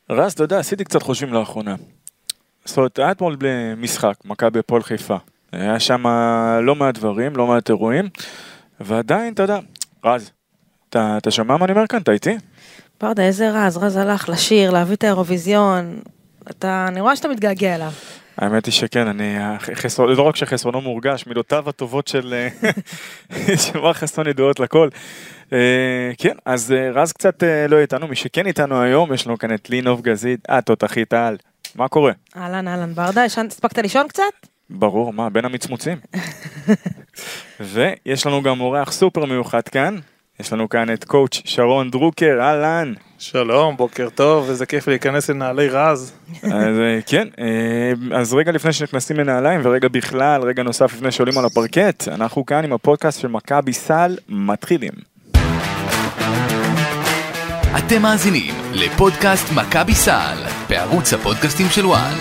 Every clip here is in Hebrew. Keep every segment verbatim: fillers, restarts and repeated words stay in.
רז, אתה יודע, עשיתי קצת חושבים לאחרונה. זאת אומרת, היה אתמול במשחק, מכבי הפועל חיפה. היה שם לא מעט דברים, לא מעט אירועים, ועדיין, אתה יודע, רז, אתה, אתה שומע מה אני אומר כאן? אתה איתי? ברדה, איזה רז, רז הלך לשיר, להביא את האירוויזיון, אתה, אני רואה שאתה מתגעגע אליו. האמת היא שכן, אני, חסר, לא רק שחסרונו מורגש, מידותיו הטובות של שמר חסון ידועות לכל. כן, אז רז קצת לא איתנו, מי שכן איתנו היום, יש לנו כאן את לינוב גזית, את תותחית טל, מה קורה? אהלן, אהלן, ברדה, הספקת לישון קצת? ברור, מה, בין המצמוצים. ויש לנו גם אורח סופר מיוחד כאן, יש לנו כאן את קואוץ' שרון דרוקר, אהלן. שלום, בוקר טוב, איזה כיף להיכנס לנעלי רז. אז כן, אז רגע לפני שנכנסים לנעליים, ורגע בכלל, רגע נוסף לפני שעולים על הפרקט, אנחנו כאן עם הפודקאסט של מכבי סל, מתחילים. אתם מאזינים לפודקאסט מכבי סל, בערוץ הפודקאסטים של וואן.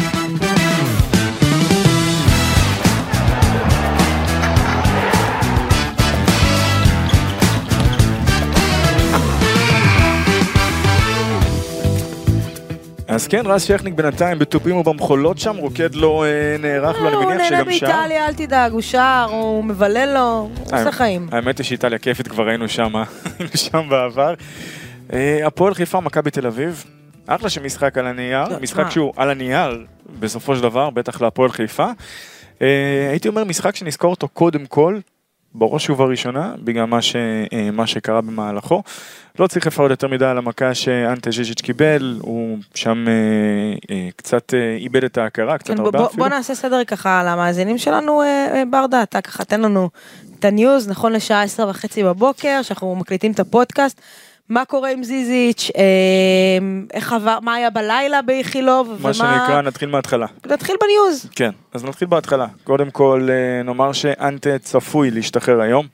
אז כן, רז שכניק בינתיים בטופים ובמחולות שם, רוקד לא נערך לו, אני מניח שגם שם. הוא נהנה באיטליה, אל תדאג, הוא שר, הוא מבלל לו, הוא עושה חיים. האמת היא שאיטליה כיפית, כבר היינו שם, היינו שם בעבר. הפועל חיפה, מכבי תל אביב, אחלה שמשחק על הנייר, משחק שהוא על הנייר, בסופו של דבר, בטח להפועל חיפה. הייתי אומר משחק שנזכור אותו קודם כל, בראש ובראשונה, בגלל מה, ש, מה שקרה במהלכו. לא צריך לפעול יותר מדי על המכה שאנטה ז'יז'יץ' קיבל, הוא שם אה, אה, קצת אה, איבד את ההכרה, קצת כן, הרבה בוא, אפילו. בוא נעשה סדר ככה על המאזינים שלנו, אה, ברדה, אתה ככה תן לנו את הניוז, נכון לשעה עשרה וחצי בבוקר, שאנחנו מקליטים את הפודקאסט, מה קורה עם זיזיץ', אה, איך עבר, מה היה בלילה באיכילוב, מה ומה... שנקרא, נתחיל מההתחלה. נתחיל בניוז. כן, אז נתחיל בהתחלה. קודם כל, אה, נאמר שאנטה צפוי להשתחרר היום.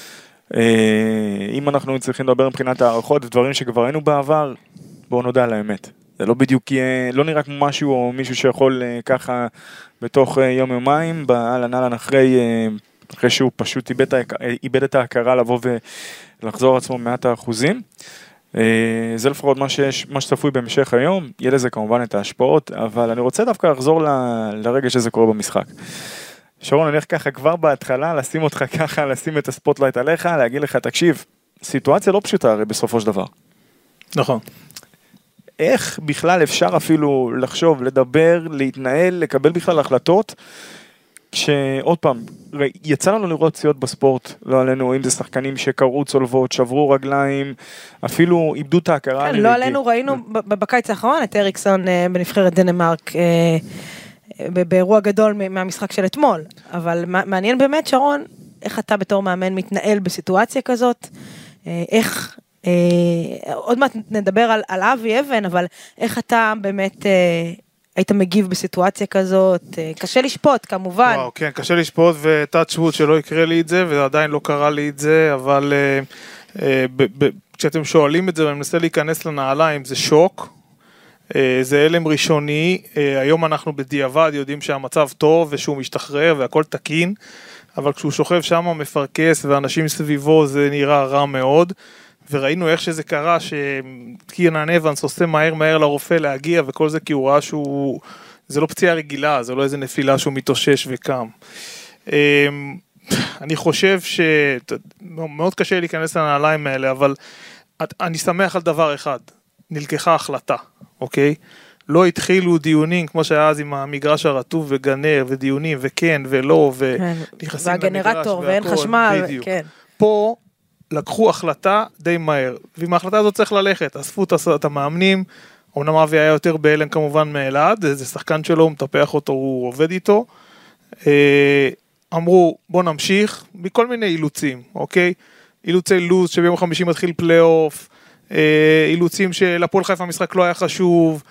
אם אנחנו צריכים לדבר מבחינת הערכות ודברים שכבר היינו בעבר, בואו נודע על האמת. זה לא בדיוק, לא נראה כמו משהו או מישהו שיכול ככה בתוך יום יומיים, באלן אלן אחרי, אחרי שהוא פשוט איבד, איבד את ההכרה לבוא ולחזור עצמו מעט האחוזים. זה לפחות מה שיש, מה שצפוי בהמשך היום, יהיה לזה כמובן את ההשפעות, אבל אני רוצה דווקא לחזור ל, לרגע שזה קורה במשחק. שרון, אני הולך ככה כבר בהתחלה, לשים אותך ככה, לשים את הספוטלייט עליך, להגיד לך, תקשיב, סיטואציה לא פשוטה הרי בסופו של דבר. נכון. איך בכלל אפשר אפילו לחשוב, לדבר, להתנהל, לקבל בכלל החלטות, כשעוד פעם, יצא לנו לראות ציוד בספורט, לא עלינו, אם זה שחקנים שקראו צולבות, שברו רגליים, אפילו איבדו את ההכרה. כן, לא עלינו, ראינו בקיץ האחרון את אריקסון בנבחרת דנמרק, באירוע גדול מהמשחק של אתמול, אבל מעניין באמת, שרון, איך אתה בתור מאמן מתנהל בסיטואציה כזאת, איך, עוד מעט נדבר על, על אבי אבן, אבל איך אתה באמת היית מגיב בסיטואציה כזאת, קשה לשפוט כמובן. וואו, כן, קשה לשפוט, וטאץ' ווד שלא יקרה לי את זה, ועדיין לא קרה לי את זה, אבל ב- ב- כשאתם שואלים את זה, ואני מנסה להיכנס לנעליים, זה שוק, זה אלם ראשוני, היום אנחנו בדיעבד יודעים שהמצב טוב ושהוא משתחרר והכל תקין, אבל כשהוא שוכב שם מפרקס ואנשים סביבו זה נראה רע מאוד, וראינו איך שזה קרה, שקירנן אבנס עושה מהר מהר לרופא להגיע וכל זה כי הוא ראה שהוא, זה לא פציעה רגילה, זה לא איזה נפילה שהוא מתאושש וקם. אני חושב שמאוד קשה להיכנס לנעליים האלה, אבל אני שמח על דבר אחד, נלקחה החלטה, אוקיי? לא התחילו דיונים, כמו שהיה אז עם המגרש הרטוב וגנר, ודיונים, וכן, ולא, ונכנסים למגרש, והגנרטור, ואין חשמל, כן. פה לקחו החלטה די מהר, ועם ההחלטה הזאת צריך ללכת, אספו את המאמנים, אמנם אבי היה יותר בהלם כמובן מאלעד, זה שחקן שלו, הוא מטפח אותו, הוא עובד איתו, אמרו, בוא נמשיך, מכל מיני אילוצים, אוקיי? אילוצי לוז, שביום חמישי מתחיל פלייאוף, אילוצים של הפועל חיפה המשחק לא היה חשוב,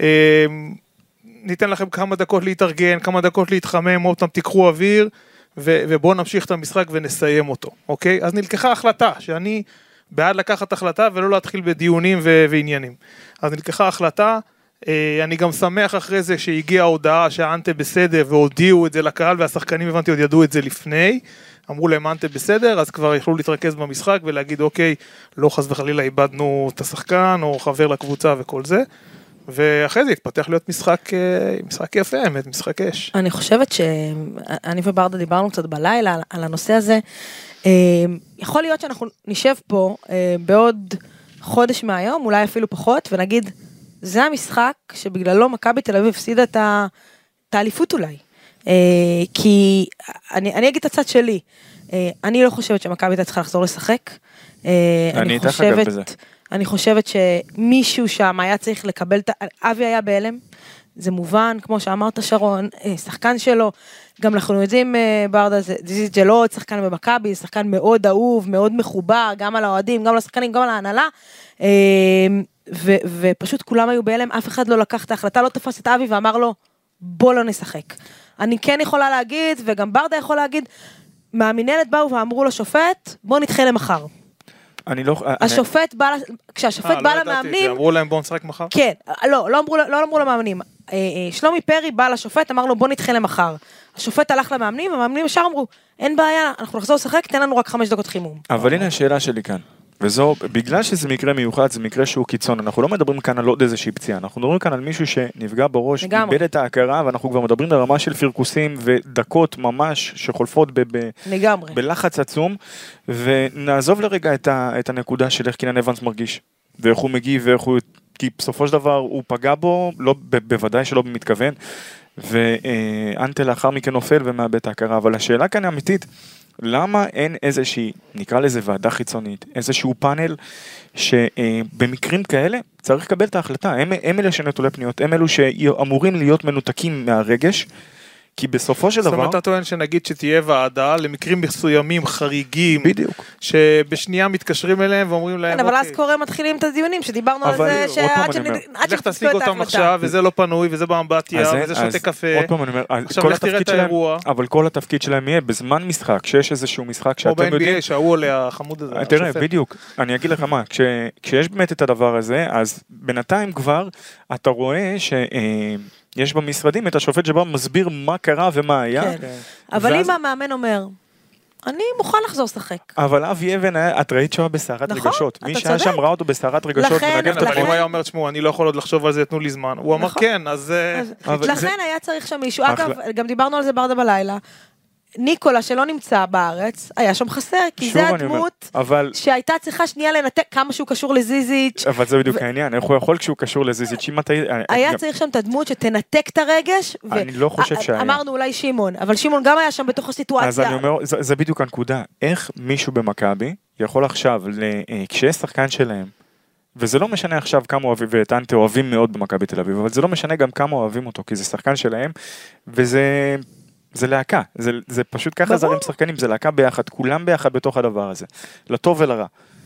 ניתן לכם כמה דקות להתארגן, כמה דקות להתחמם, עוד פעם תיקחו אוויר, ובואו נמשיך את המשחק ונסיים אותו, אוקיי? אז נלקחה החלטה, שאני בעד לקחת החלטה ולא להתחיל בדיונים ועניינים. אז נלקחה החלטה, אני גם שמח אחרי זה שהגיעה ההודעה שהאנטה בסדר, והודיעו את זה לקהל, והשחקנים הבנתי עוד ידעו את זה לפני, אמרו להם אנטה בסדר, אז כבר יכלו להתרכז במשחק ולהגיד אוקיי, לא חס וחלילה איבדנו את השחקן או חבר לקבוצה וכל זה, ואחרי זה התפתח להיות משחק, משחק יפה, האמת, משחק אש. אני חושבת שאני וברדה דיברנו קצת בלילה על הנושא הזה. יכול להיות שאנחנו נשב פה בעוד חודש מהיום, אולי אפילו פחות, ונגיד, זה המשחק שבגללו מכבי תל אביב הפסידה את האליפות אולי. כי אני, אני אגיד את הצד שלי. אני לא חושבת שמכבי תל צריכה לחזור לשחק. אני איתך אגב בזה. אני חושבת שמישהו שם היה צריך לקבל, אבי היה בהלם, זה מובן, כמו שאמרת שרון, שחקן שלו, גם אנחנו יודעים ברדה, זה, זה לא עוד שחקן במכבי, זה שחקן מאוד אהוב, מאוד מחובר, גם על האוהדים, גם על השחקנים, גם על ההנהלה, ו, ופשוט כולם היו בהלם, אף אחד לא לקח את ההחלטה, לא תפס את אבי ואמר לו, בוא לא נשחק. אני כן יכולה להגיד, וגם ברדה יכול להגיד, מהמנהלת באו ואמרו לשופט, בוא נדחה למחר. אני לא... השופט בא, כשהשופט בא למאמנים... אמרו להם בוא נשחק מחר? כן, לא, לא אמרו, לא אמרו למאמנים. שלומי פרי בא לשופט, אמר לו בוא נדחה למחר. השופט הלך למאמנים, המאמנים ישר אמרו, אין בעיה, אנחנו נחזור לשחק, תן לנו רק חמש דקות חימום. אבל הנה השאלה שלי כאן. וזו, בגלל שזה מקרה מיוחד, זה מקרה שהוא קיצון, אנחנו לא מדברים כאן על עוד איזושהי פציעה, אנחנו מדברים כאן על מישהו שנפגע בראש, איבד את ההכרה, ואנחנו כבר מדברים ברמה של פרקוסים ודקות ממש שחולפות ב- ב- בלחץ עצום, ונעזוב לרגע את, ה- את הנקודה של איך קינן אבנס מרגיש, ואיך הוא מגיב, ואיך הוא, כי בסופו של דבר הוא פגע בו, לא, ב- בוודאי שלא במתכוון, ואנטה לאחר מכן נופל ומאבד את ההכרה, אבל השאלה כאן אמיתית, למה אין איזושהי, נקרא לזה ועדה חיצונית, איזשהו פאנל שבמקרים כאלה צריך לקבל את ההחלטה, הם, הם אלה שנטולי פניות, הם אלו שאמורים להיות מנותקים מהרגש, כי בסופו של דבר... זאת אומרת, אתה טוען שנגיד שתהיה ועדה למקרים מסוימים, חריגים, בדיוק. שבשנייה מתקשרים אליהם ואומרים להם, אבל אז קורה מתחילים את הדיונים, שדיברנו על זה, שעד שתפסיקו את ההחלטה. עכשיו, וזה לא פנוי, וזה באמבטיה, וזה שותה קפה. עוד פעם אני אומר, עכשיו לך תראה את האירוע. אבל כל התפקיד שלהם יהיה בזמן משחק, כשיש איזשהו משחק שאתם יודעים... או ב-אן בי איי, שההוא עולה החמוד הזה. תראה, בדיוק. אני אגיד לך מה, כשיש באמת את הדבר הזה, אז בינתיים כבר אתה רואה ש... יש במשרדים את השופט שבא מסביר מה קרה ומה היה. כן. אבל אם המאמן אומר, אני מוכן לחזור לשחק. אבל אבי אבן, את ראית שהוא בסערת רגשות. מי שהיה שם ראה אותו בסערת רגשות. אבל אם הוא היה אומר, תשמעו, אני לא יכול עוד לחשוב על זה, תנו לי זמן. הוא אמר כן, אז... לכן היה צריך שם מישהו. אגב, גם דיברנו על זה ברדה בלילה. ניקולה שלא נמצא בארץ, היה שם חסר, כי זה הדמות שהייתה צריכה שנייה לנתק כמה שהוא קשור לזיזיץ'. אבל זה בדיוק העניין, איך הוא יכול כשהוא קשור לזיזיץ'. היה צריך שם את הדמות שתנתק את הרגש, אני לא חושב שהיה. אמרנו אולי שימון, אבל שימון גם היה שם בתוך הסיטואציה. אז אני אומר, זה בדיוק הנקודה, איך מישהו במכבי יכול עכשיו, כשיש שחקן שלהם, וזה לא משנה עכשיו כמה אוהבים, ואת אנטה אוהבים מאוד במכבי תל אביב, אבל זה לא משנה גם כמה אוהבים אותו, כי זה שחקן שלהם, וזה זה להקה, זה, זה פשוט ככה זרים שחקנים, זה להקה ביחד, כולם ביחד בתוך הדבר הזה, לטוב ולרע.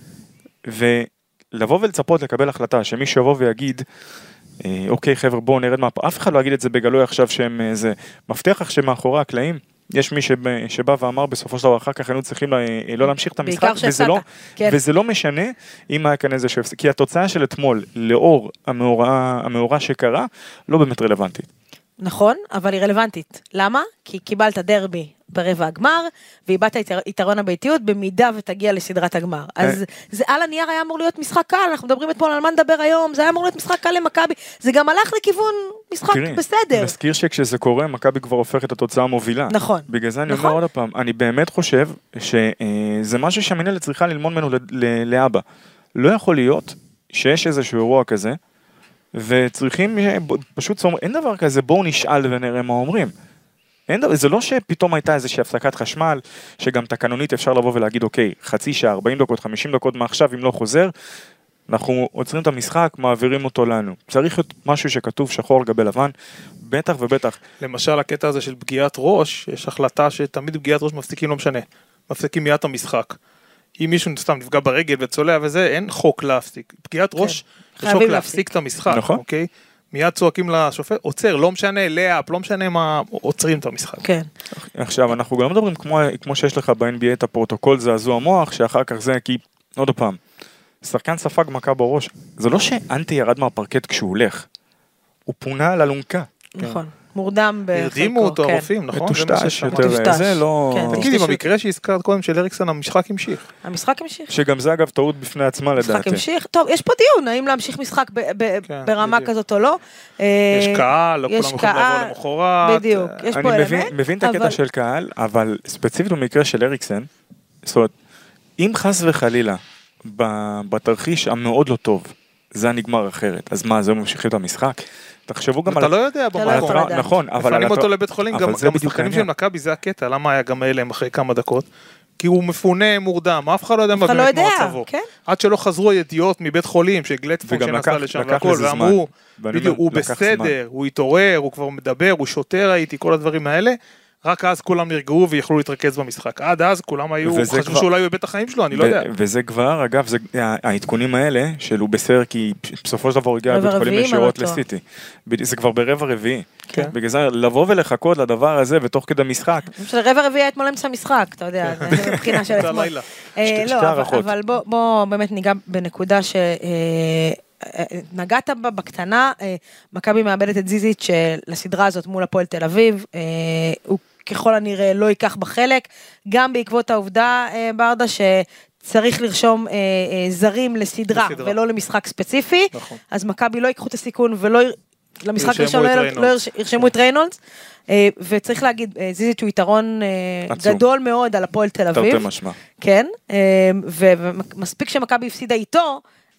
ולבוא ולצפות לקבל החלטה, שמישהו יבוא ויגיד, אה, אוקיי חבר'ה בואו נרד מהפה, אף אחד לא יגיד את זה בגלוי עכשיו שהם זה, מבטיח לך שמאחורי הקלעים, יש מי שבא, שבא ואמר בסופו של דבר אחר כך היינו צריכים לא להמשיך את המשחק, וזה לא, כן. וזה לא משנה אם היה כאן איזה שהפסיק, כי התוצאה של אתמול, לאור המאורע, המאורע שקרה, לא באמת רלוונטית. נכון, אבל היא רלוונטית. למה? כי קיבלת דרבי ברבע הגמר, ואיבדת יתרון הביתיות במידה ותגיע לסדרת הגמר. אז זה על הנייר היה אמור להיות משחק קל, אנחנו מדברים אתמול על מה נדבר היום, זה היה אמור להיות משחק קל למכבי, זה גם הלך לכיוון משחק בסדר. נזכיר שכשזה קורה, מכבי כבר הופך את התוצאה המובילה. נכון. בגלל זה אני אומר עוד הפעם, אני באמת חושב שזה משהו שהמנהלת צריכה ללמוד ממנו לאבא. לא יכול להיות שיש איזשהו אירוע כזה, וצריכים, פשוט אין דבר כזה, בואו נשאל ונראה מה אומרים. אין דבר, זה לא שפתאום הייתה איזושהי הפסקת חשמל, שגם תקנונית אפשר לבוא ולהגיד, אוקיי, חצי שעה, ארבעים דקות, חמישים דקות מעכשיו, אם לא חוזר, אנחנו עוצרים את המשחק, מעבירים אותו לנו. צריך להיות משהו שכתוב שחור על גבי לבן, בטח ובטח. למשל, הקטע הזה של פגיעת ראש, יש החלטה שתמיד פגיעת ראש מפסיקים, לא משנה, מפסיקים מיד המשחק. אם מישהו סתם נפגע ברגל וצולע וזה, אין חוק להפסיק. פגיעת ראש, יש חוק להפסיק את המשחק, אוקיי? מיד צועקים לשופט, עוצר, לא משנה, לאפ, לא משנה מה, עוצרים את המשחק. כן. עכשיו, אנחנו גם מדברים כמו, כמו שיש לך ב-אן בי איי את הפרוטוקול זעזוע המוח, שאחר כך זה, כי, עוד פעם, שחקן ספג מכה בראש, זה לא שאנטי ירד מהפרקט כשהוא הולך, הוא פונה על אלונקה. נכון. מורדם בחלקו. הרדימו אותו הרופאים, נכון? מטושטש יותר, זה לא... תגידי, במקרה שהזכרת קודם של אריקסן, המשחק המשיך. המשחק המשיך. שגם זה אגב טעות בפני עצמה לדעתי. המשחק המשיך, טוב, יש פה דיון, האם להמשיך משחק ברמה כזאת או לא. יש קהל, לא כולם יכולים לבוא למחרת. בדיוק, יש פה אלמנט. אני מבין את הקטע של קהל, אבל ספציפית במקרה של אריקסן, זאת אומרת, אם חס וחלילה, בתרחיש המאוד לא טוב, זה נגמר אחרת, אז מה, זה ממשיך את המשחק? תחשבו גם על... אתה לא יודע במקום. נכון, אבל... מפנים אותו לבית חולים, גם השחקנים של מכבי זה הקטע, למה היה גם אליהם אחרי כמה דקות? כי הוא מפונה מורדם, אף אחד לא יודע מה באמת מצבו. עד שלא חזרו הידיעות מבית חולים, שגלטפון שנסע לשם והכל, ואמרו, בדיוק, הוא בסדר, הוא התעורר, הוא כבר מדבר, הוא שוטר הייתי, כל הדברים האלה. רק אז כולם נרגעו ויכלו להתרכז במשחק. עד אז כולם היו, חשבו שאולי הוא בבית החיים שלו, אני לא יודע. וזה כבר, אגב, העדכונים האלה, של הוא בסדר, כי בסופו של דבר הגיע בית חולים ישירות לסיטי. זה כבר ברבע רביעי. בגלל זה, לבוא ולחכות לדבר הזה, ותוך כדי משחק. רבע רביעי אתמול אמצע משחק, אתה יודע, מבחינה של אתמול. לא, אבל בוא באמת ניגע בנקודה ש... נגעת בה בקטנה, מכבי מאבדת את זיזיץ' לסדרה הזאת מול הפועל תל אביב, הוא ככל הנראה לא ייקח בחלק, גם בעקבות העובדה ברדה שצריך לרשום זרים לסדרה ולא למשחק ספציפי, אז מכבי לא ייקחו את הסיכון ולא למשחק ראשון לא ירשמו את ריינולדס, וצריך להגיד, זיזיץ' הוא יתרון גדול מאוד על הפועל תל אביב, כן, ומספיק שמכבי הפסידה איתו,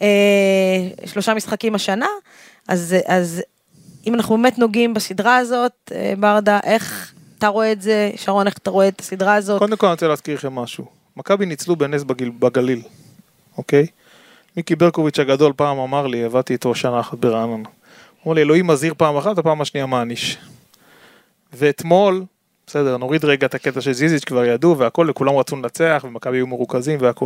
שלושה משחקים השנה, אז, אז אם אנחנו באמת נוגעים בסדרה הזאת, ברדה, איך אתה רואה את זה, שרון, איך אתה רואה את הסדרה הזאת? קודם כל אני רוצה להזכיר לכם משהו, מכבי ניצלו בנס בגל, בגליל, אוקיי? מיקי ברקוביץ' הגדול פעם אמר לי, הבאתי איתו שנה אחת ברעננה, אמר לי, אלוהים מזהיר פעם אחת, הפעם השנייה מעניש. ואתמול, בסדר, נוריד רגע את הקטע של זיזיץ' כבר ידעו, והכל, לכולם רצו לנצח, ומכבי היו מרוכזים והכל.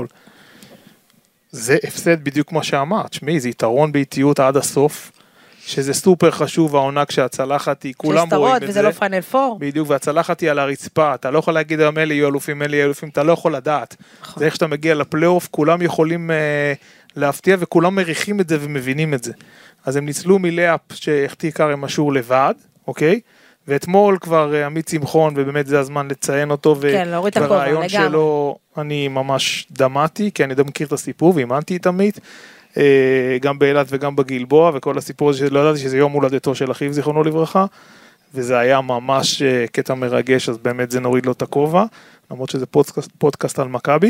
זה הפסד בדיוק מה שאמרת, שמי, זה יתרון באיטיות עד הסוף, שזה סופר חשוב, העונה כשהצלחת היא, כולם רואים את זה. וזה לא פיינל פור. בדיוק, והצלחת היא על הרצפה, אתה לא יכול להגיד, אלה יהיו אלופים, אלה יהיו אלופים, אתה לא יכול לדעת. זה איך שאתה מגיע לפלייאוף, כולם יכולים אה, להפתיע, וכולם מריחים את זה ומבינים את זה. אז הם ניצלו מלאפ שהחטיא קרם משור לבד, אוקיי? ואתמול כבר עמית שמחון, ובאמת זה הזמן לציין אותו, כן, להוריד את הכובע, והרעיון שלו, אני ממש דמתי, כי אני לא מכיר את הסיפור, והאמנתי את עמית, גם באילת וגם בגלבוע, וכל הסיפור הזה, לא ידעתי שזה יום הולדתו של אחיו, זיכרונו לברכה, וזה היה ממש קטע מרגש, אז באמת זה נוריד לו את הכובע, למרות שזה פודקאסט, פודקאסט על מכבי,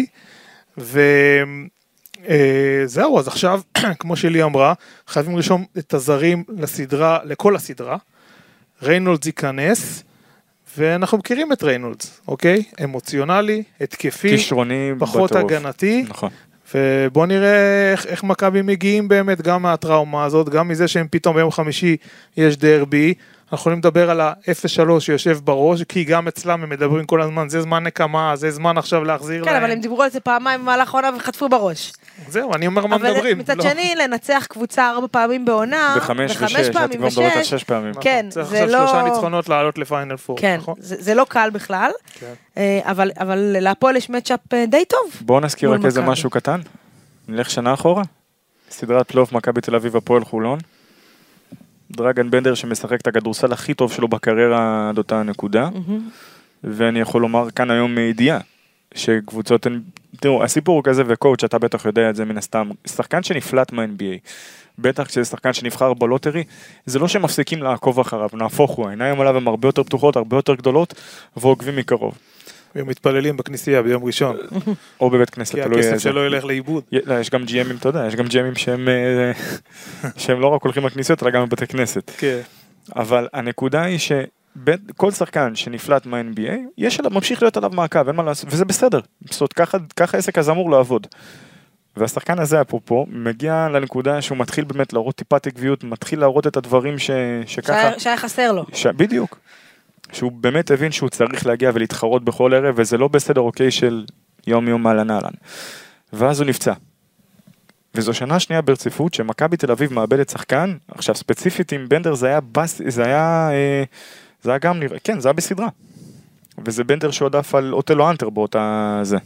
וזהו, אז עכשיו, כמו שלי אמרה, חייבים לרשום את הזרים לסדרה, לכל הסדרה, ריינולדס ייכנס, ואנחנו מכירים את ריינולדס, אוקיי? אמוציונלי, התקפי, כישרוני, פחות בטרוף. הגנתי, נכון. ובוא נראה איך, איך מכבי מגיעים באמת גם מהטראומה הזאת, גם מזה שהם פתאום ביום חמישי יש דרבי, אנחנו יכולים לדבר על ה-אפס שלוש שיושב בראש, כי גם אצלם הם מדברים כל הזמן, זה זמן נקמה, זה זמן עכשיו להחזיר כן, להם. כן, אבל הם דיברו על זה פעמיים במהלך העונה וחטפו בראש. זהו, אני אומר מה מדברים. אבל מצד שני, לנצח קבוצה ארבע פעמים בעונה, וחמש ושש, את כבר מדברת על שש פעמים. כן, זה לא... שלושה ניצחונות לעלות לפיינל פור. כן, זה לא קל בכלל, אבל להפועל יש מצ'אפ די טוב. בואו נזכיר רק איזה משהו קטן. נלך שנה אחורה. סדרת פלייאוף מכבי תל אביב הפועל חולון. דרגן בנדר שמשחק את הכדורסל הכי טוב שלו בקריירה עד אותה נקודה. ואני יכול לומר כאן היום מידיעה, שקבוצות, תראו, הסיפור הוא כזה וקואוץ', אתה בטח יודע את זה מן הסתם, שחקן שנפלט מה-אן בי איי, בטח כשזה שחקן שנבחר בלוטרי, זה לא שמפסיקים לעקוב אחריו, נהפוך הוא, העיניים עליו הן הרבה יותר פתוחות, הרבה יותר גדולות, ועוקבים מקרוב. והם מתפללים בכנסייה ביום ראשון. או בבית כנסת, כי הכסף שלו ילך לאיבוד. יש גם ג'י אמים, אתה יודע, יש גם ג'י אמים שהם לא רק הולכים לכנסיות, אלא גם לבתי כנסת. אבל הנקודה היא שכל שחקן שנפלט מה-אן בי איי, יש עליו, ממשיך להיות עליו מעקב, אין מה לעשות, וזה בסדר. זאת ככה, ככה העסק הזה אמור לעבוד. והשחקן הזה, אפרופו, מגיע לנקודה שהוא מתחיל באמת להראות טיפת עקביות, מתחיל להראות את הדברים ש... שככה... שהיה חסר לו. ש... בדיוק. שהוא באמת הבין שהוא צריך להגיע ולהתחרות בכל ערב, וזה לא בסדר אוקיי של יום יום מעלן עלן. ואז הוא נפצע. וזו שנה שנייה ברציפות, שמכבי תל אביב מאבדת שחקן, עכשיו ספציפית עם בנדר זה היה בס... זה היה... זה היה גם נראה... כן, זה היה בסדרה. וזה בנדר שעודף על אוטלו אנטר באותה זה.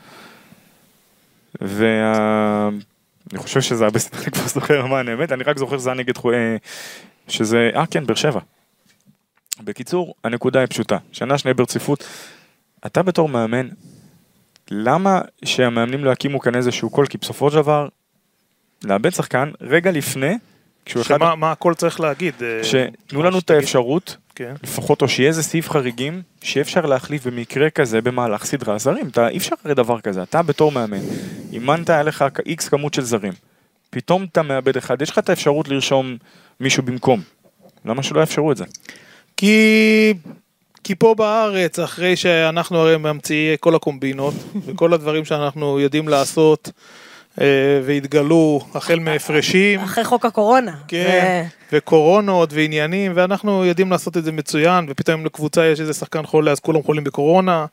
ואני חושב שזה היה בסדרה, אני כבר זוכר מה אני אמת, אני רק זוכר שזה היה נגד... שזה... אה, כן, באר שבע. בקיצור, הנקודה היא פשוטה, שנה שנייה ברציפות, אתה בתור מאמן, למה שהמאמנים לא יקימו כאן איזשהו קול, כי בסופו של דבר, לאבד שחקן, רגע לפני, שמה אחד... מה הכל צריך להגיד? שתנו לנו את האפשרות, כן. לפחות או שיהיה איזה סעיף חריגים, שאי אפשר להחליף במקרה כזה במהלך סדרה זרים, אתה, אי אפשר הרי דבר כזה, אתה בתור מאמן, אימנת היה לך איקס כמות של זרים, פתאום אתה מאבד אחד, יש לך את האפשרות לרשום מישהו במקום, למה שלא יאפשרו את זה? כי... כי פה בארץ, אחרי שאנחנו הרי ממציאי כל הקומבינות, וכל הדברים שאנחנו יודעים לעשות, והתגלו החל מהפרשים. אחרי חוק הקורונה. כן, וקורונות ועניינים, ואנחנו יודעים לעשות את זה מצוין, ופתאום לקבוצה יש איזה שחקן חולה, אז כולם חולים בקורונה.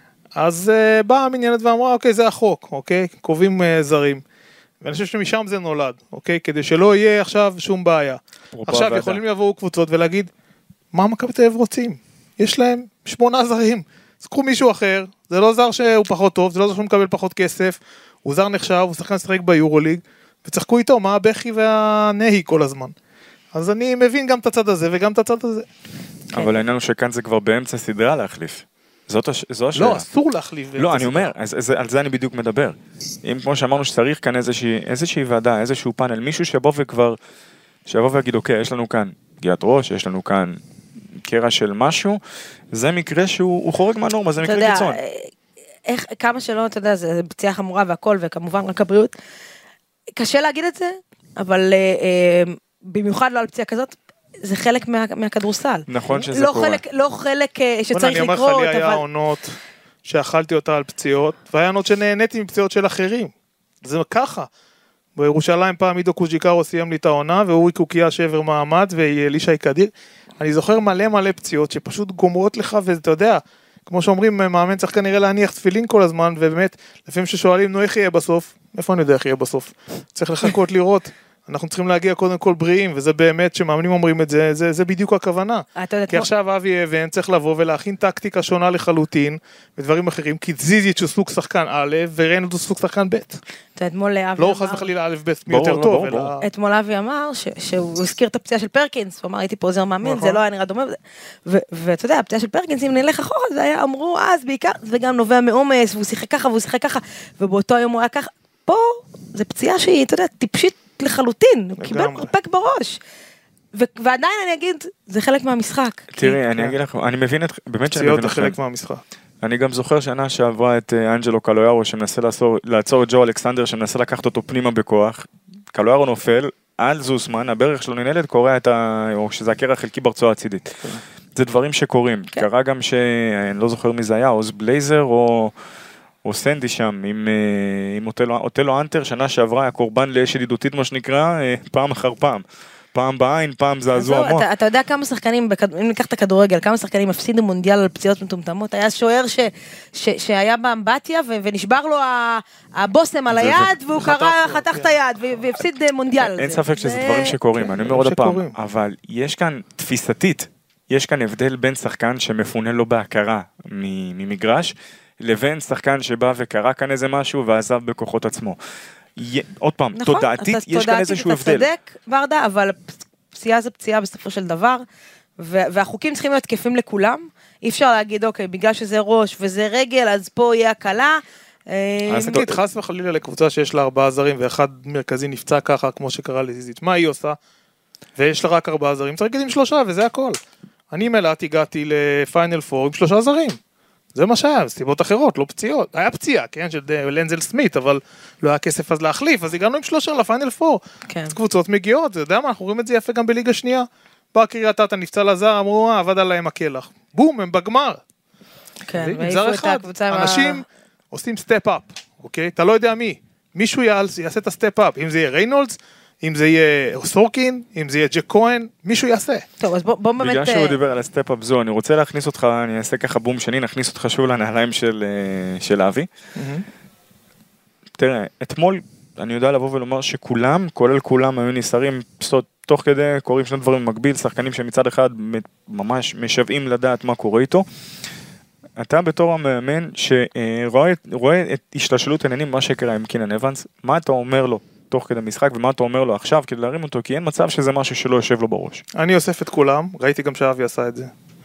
אז באה המעניינת ואמרה, אוקיי, זה החוק, אוקיי? קובעים זרים. ואני חושב שמשם זה נולד, אוקיי? כדי שלא יהיה עכשיו שום בעיה. עכשיו יכולים לבוא קבוצות ולהגיד, מה מכבי תל אביב רוצים? יש להם שמונה זרים. אז קחו מישהו אחר, זה לא זר שהוא פחות טוב, זה לא זר שהוא מקבל פחות כסף, הוא זר נחשב, הוא שחקן שחק ביורוליג, וצחקו איתו, מה הבכי והנהי כל הזמן. אז אני מבין גם את הצד הזה וגם את הצד הזה. אבל העניין הוא שכאן זה כבר באמצע סדרה להחליף. זאת זו השאלה. לא, אסור להחליף. לא, אני אומר, אז, אז, על זה אני בדיוק מדבר. אם כמו שאמרנו שצריך כאן איזושהי, איזושהי ועדה, איזשהו פאנל, מישהו שבוא וכבר, שבוא ויגיד, אוקיי, יש לנו כאן פגיעת ראש, יש לנו כאן קרע של משהו, זה מקרה שהוא חורג מהנורמה, זה מקרה קיצון. איך, כמה שלא, אתה יודע, זה פציעה חמורה והכל, וכמובן רק הבריאות, קשה להגיד את זה, אבל אה, במיוחד לא על פציעה כזאת, זה חלק מה, מהכדורסל. נכון שזה לא קורה. חלק, לא חלק שצריך לקרות, אבל... אני אומר לך, לי היה אבל... עונות שאכלתי אותה על פציעות, והיה עונות שנהניתי מפציעות של אחרים. זה ככה. בירושלים פעם עידו קוז'יקרו סיים לי את העונה, והוא קוקיה שבר מעמד, ואלישי קדיר. אני זוכר מלא מלא פציעות שפשוט גומרות לך, ואתה יודע, כמו שאומרים, מאמן צריך כנראה להניח תפילין כל הזמן, ובאמת, לפעמים ששואלים, נו איך יהיה בסוף? איפה אני יודע איך יהיה בסוף? צריך לחכות לראות. אנחנו צריכים להגיע קודם כל בריאים, וזה באמת, שמאמנים אומרים את זה, זה, זה בדיוק הכוונה. כי עכשיו אבי אבן צריך לבוא ולהכין טקטיקה שונה לחלוטין, ודברים אחרים, כי זיזיץ' הוא סוג שחקן א', וריינולד הוא סוג שחקן ב'. לא חס וחלילה א' ב' מי יותר טוב. אתמול אבי אמר שהוא הזכיר את הפציעה של פרקינס, הוא אמר, הייתי פה עוזר מאמן, זה לא היה נראה דומה, ואתה יודע, הפציעה של פרקינס, אם נלך אחורה, זה היה, אמרו אז בעיקר, זה גם נובע מעומס, והוא שיחק ככה, והוא שיחק ככה, ובאותו יום הוא היה ככה. פה, זה פציעה שהיא, אתה יודע, טיפשית לחלוטין, הוא קיבל מרפק בראש. ועדיין אני אגיד, זה חלק מהמשחק. תראי, אני אגיד לך, אני מבין את, באמת שאני מבין את חלק מהמשחק. אני גם זוכר שנה שעברה את אנג'לו קלויארו, שמנסה לעצור את ג'ו אלכסנדר, שמנסה לקחת אותו פנימה בכוח. קלויארו נופל, על זוסמן, הברך שלו ננהלת, קורא את ה... או שזה הקרע חלקי ברצועה הצידית. זה דברים שקורים. קרה גם ש... אני לא זוכר מי זה היה, אוז בלייזר או... או סנדי שם, עם, עם אוטלו, אוטלו אנטר, שנה שעברה, הקורבן לאש ידידותית, מה שנקרא, פעם אחר פעם. פעם בעין, פעם זעזוע מוח. אתה, אתה יודע כמה שחקנים, אם ניקח את הכדורגל, כמה שחקנים הפסידו מונדיאל על פציעות מטומטמות, היה שוער ש, ש, שהיה באמבטיה, ו, ונשבר לו הבוסם על היד, והוא קרא, חתך את היד, והפסיד מונדיאל. אין ספק שזה דברים שקורים, אני אומר עוד הפעם, אבל יש כאן תפיסתית, יש כאן הבדל בין שחקן שמפונה לו בהכרה ממגרש, לבין שחקן שבא וקרא כאן איזה משהו ועזב בכוחות עצמו. עוד פעם, תודעתית, יש כאן איזשהו הבדל. אתה צודק, ורדה, אבל פציעה זה פציעה בסופו של דבר, והחוקים צריכים להיות תקפים לכולם. אי אפשר להגיד, אוקיי, בגלל שזה ראש וזה רגל, אז פה יהיה הקלה. אז נגיד, חס וחלילה לקבוצה שיש לה ארבעה זרים, ואחד מרכזי נפצע ככה, כמו שקרה לזיזית. מה היא עושה? ויש לה רק ארבעה זרים, צריך להגיד עם שלושה, וזה הכל. אני מלאת הגעתי לפיינל פור עם שלושה זרים. זה מה שהיה, סיבות אחרות, לא פציעות. היה פציעה, כן, של לנזל סמית, אבל לא היה כסף אז להחליף, אז הגענו עם שלושה לפיינל פור. כן. אז קבוצות מגיעות, זה יודע מה, אנחנו רואים את זה יפה גם בליגה שנייה. בא קריית אתא, נפצע לזר, אמרו, עבד עליהם הקלח. בום, הם בגמר. כן, מגזר אחד, אנשים עושים סטפ-אפ, אוקיי? אתה לא יודע מי. מישהו יעשה את הסטפ-אפ, אם זה יהיה ריינולדס, אם זה יהיה סורקין, אם זה יהיה ג'ק כהן, מישהו יעשה. טוב, אז בוא, בוא באמת... בגלל שהוא דיבר על הסטפ-אפ זו, אני רוצה להכניס אותך, אני אעשה ככה בום שני, נכניס אותך שוב לנעליים של, של אבי. תראה, אתמול אני יודע לבוא ולומר שכולם, כולל כולם, היו ניסרים, פסות, תוך כדי קוראים שני דברים במקביל, שחקנים שמצד אחד ממש משוועים לדעת מה קורה איתו. אתה בתור המאמן שרואה את השתלשלות העניינים, מה שקרה עם קינן אבנס, מה אתה אומר לו תוך כדי משחק, ומה אתה אומר לו עכשיו כדי להרים אותו, כי אין מצב שזה משהו שלא יושב לו בראש. אני אוסף את כולם, ראיתי גם שאבי עשה את זה.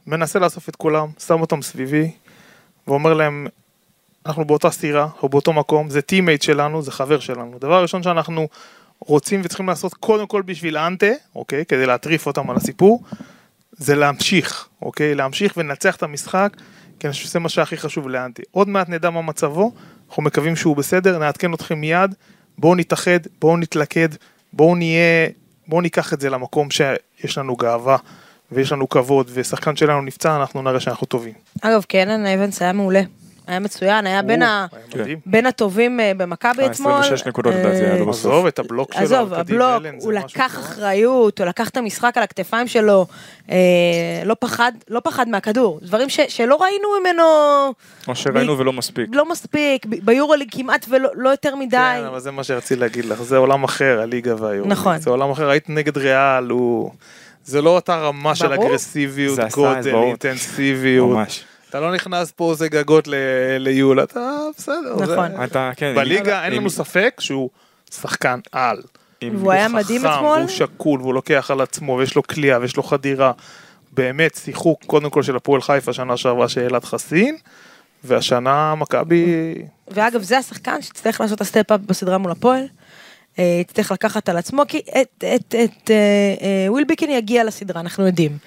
מנסה לאסוף את כולם, שם אותם סביבי, ואומר להם, אנחנו באותה סתירה, או באותו מקום, זה טימייט שלנו, זה חבר שלנו. דבר ראשון שאנחנו רוצים וצריכים לעשות קודם כל בשביל אנטה, אוקיי, כדי להטריף אותם על הסיפור, זה להמשיך, אוקיי, להמשיך ולנצח את המשחק, כי אני חושב שזה מה שהכי חשוב לאנטה. עוד מעט נדע מה מצבו, אנחנו מקווים שהוא בסדר, נעדכן אתכם מיד, בואו נתאחד, בואו נתלכד, בואו נהיה, בואו ניקח את זה למקום שיש לנו גאווה, ויש לנו כבוד, ושחקן שלנו נפצע, אנחנו נראה שאנחנו טובים. אגב, קנן אבנס היה מעולה. היה מצוין, היה בין, ה... בין הטובים במכבי אתמול. עשרים ושש נקודות לדעתי, היה לו בסוף. עזוב את הבלוק שלו. עזוב, הבלוק, הוא לקח אחריות, הוא לקח את המשחק על הכתפיים שלו, לא פחד, לא פחד מהכדור. דברים ש... שלא ראינו ממנו... או שראינו ולא מספיק. לא מספיק, ביורוליג כמעט ולא יותר מדי. כן, אבל זה מה שרציתי להגיד לך, זה עולם אחר, הליגה והיורוליג. נכון. זה עולם אחר, היית נגד ריאל, הוא... זה לא אותה רמה של אגרסיביות, גודל, אינטנסיביות. ממש. אתה לא נכנס פה זה גגות ליול, אתה בסדר. נכון. בליגה אין לנו ספק שהוא שחקן על. והוא היה מדהים אתמול. והוא שקול, והוא לוקח על עצמו, ויש לו קליעה, ויש לו חדירה. באמת, שיחוק קודם כל של הפועל חיפה, שנה שעברה שאלת חסין, והשנה מכבי... ואגב, זה השחקן שצריך לעשות הסטפ-אפ בסדרה מול הפועל. צריך לקחת על עצמו, כי את ווילביקין יגיע לסדרה, אנחנו יודעים.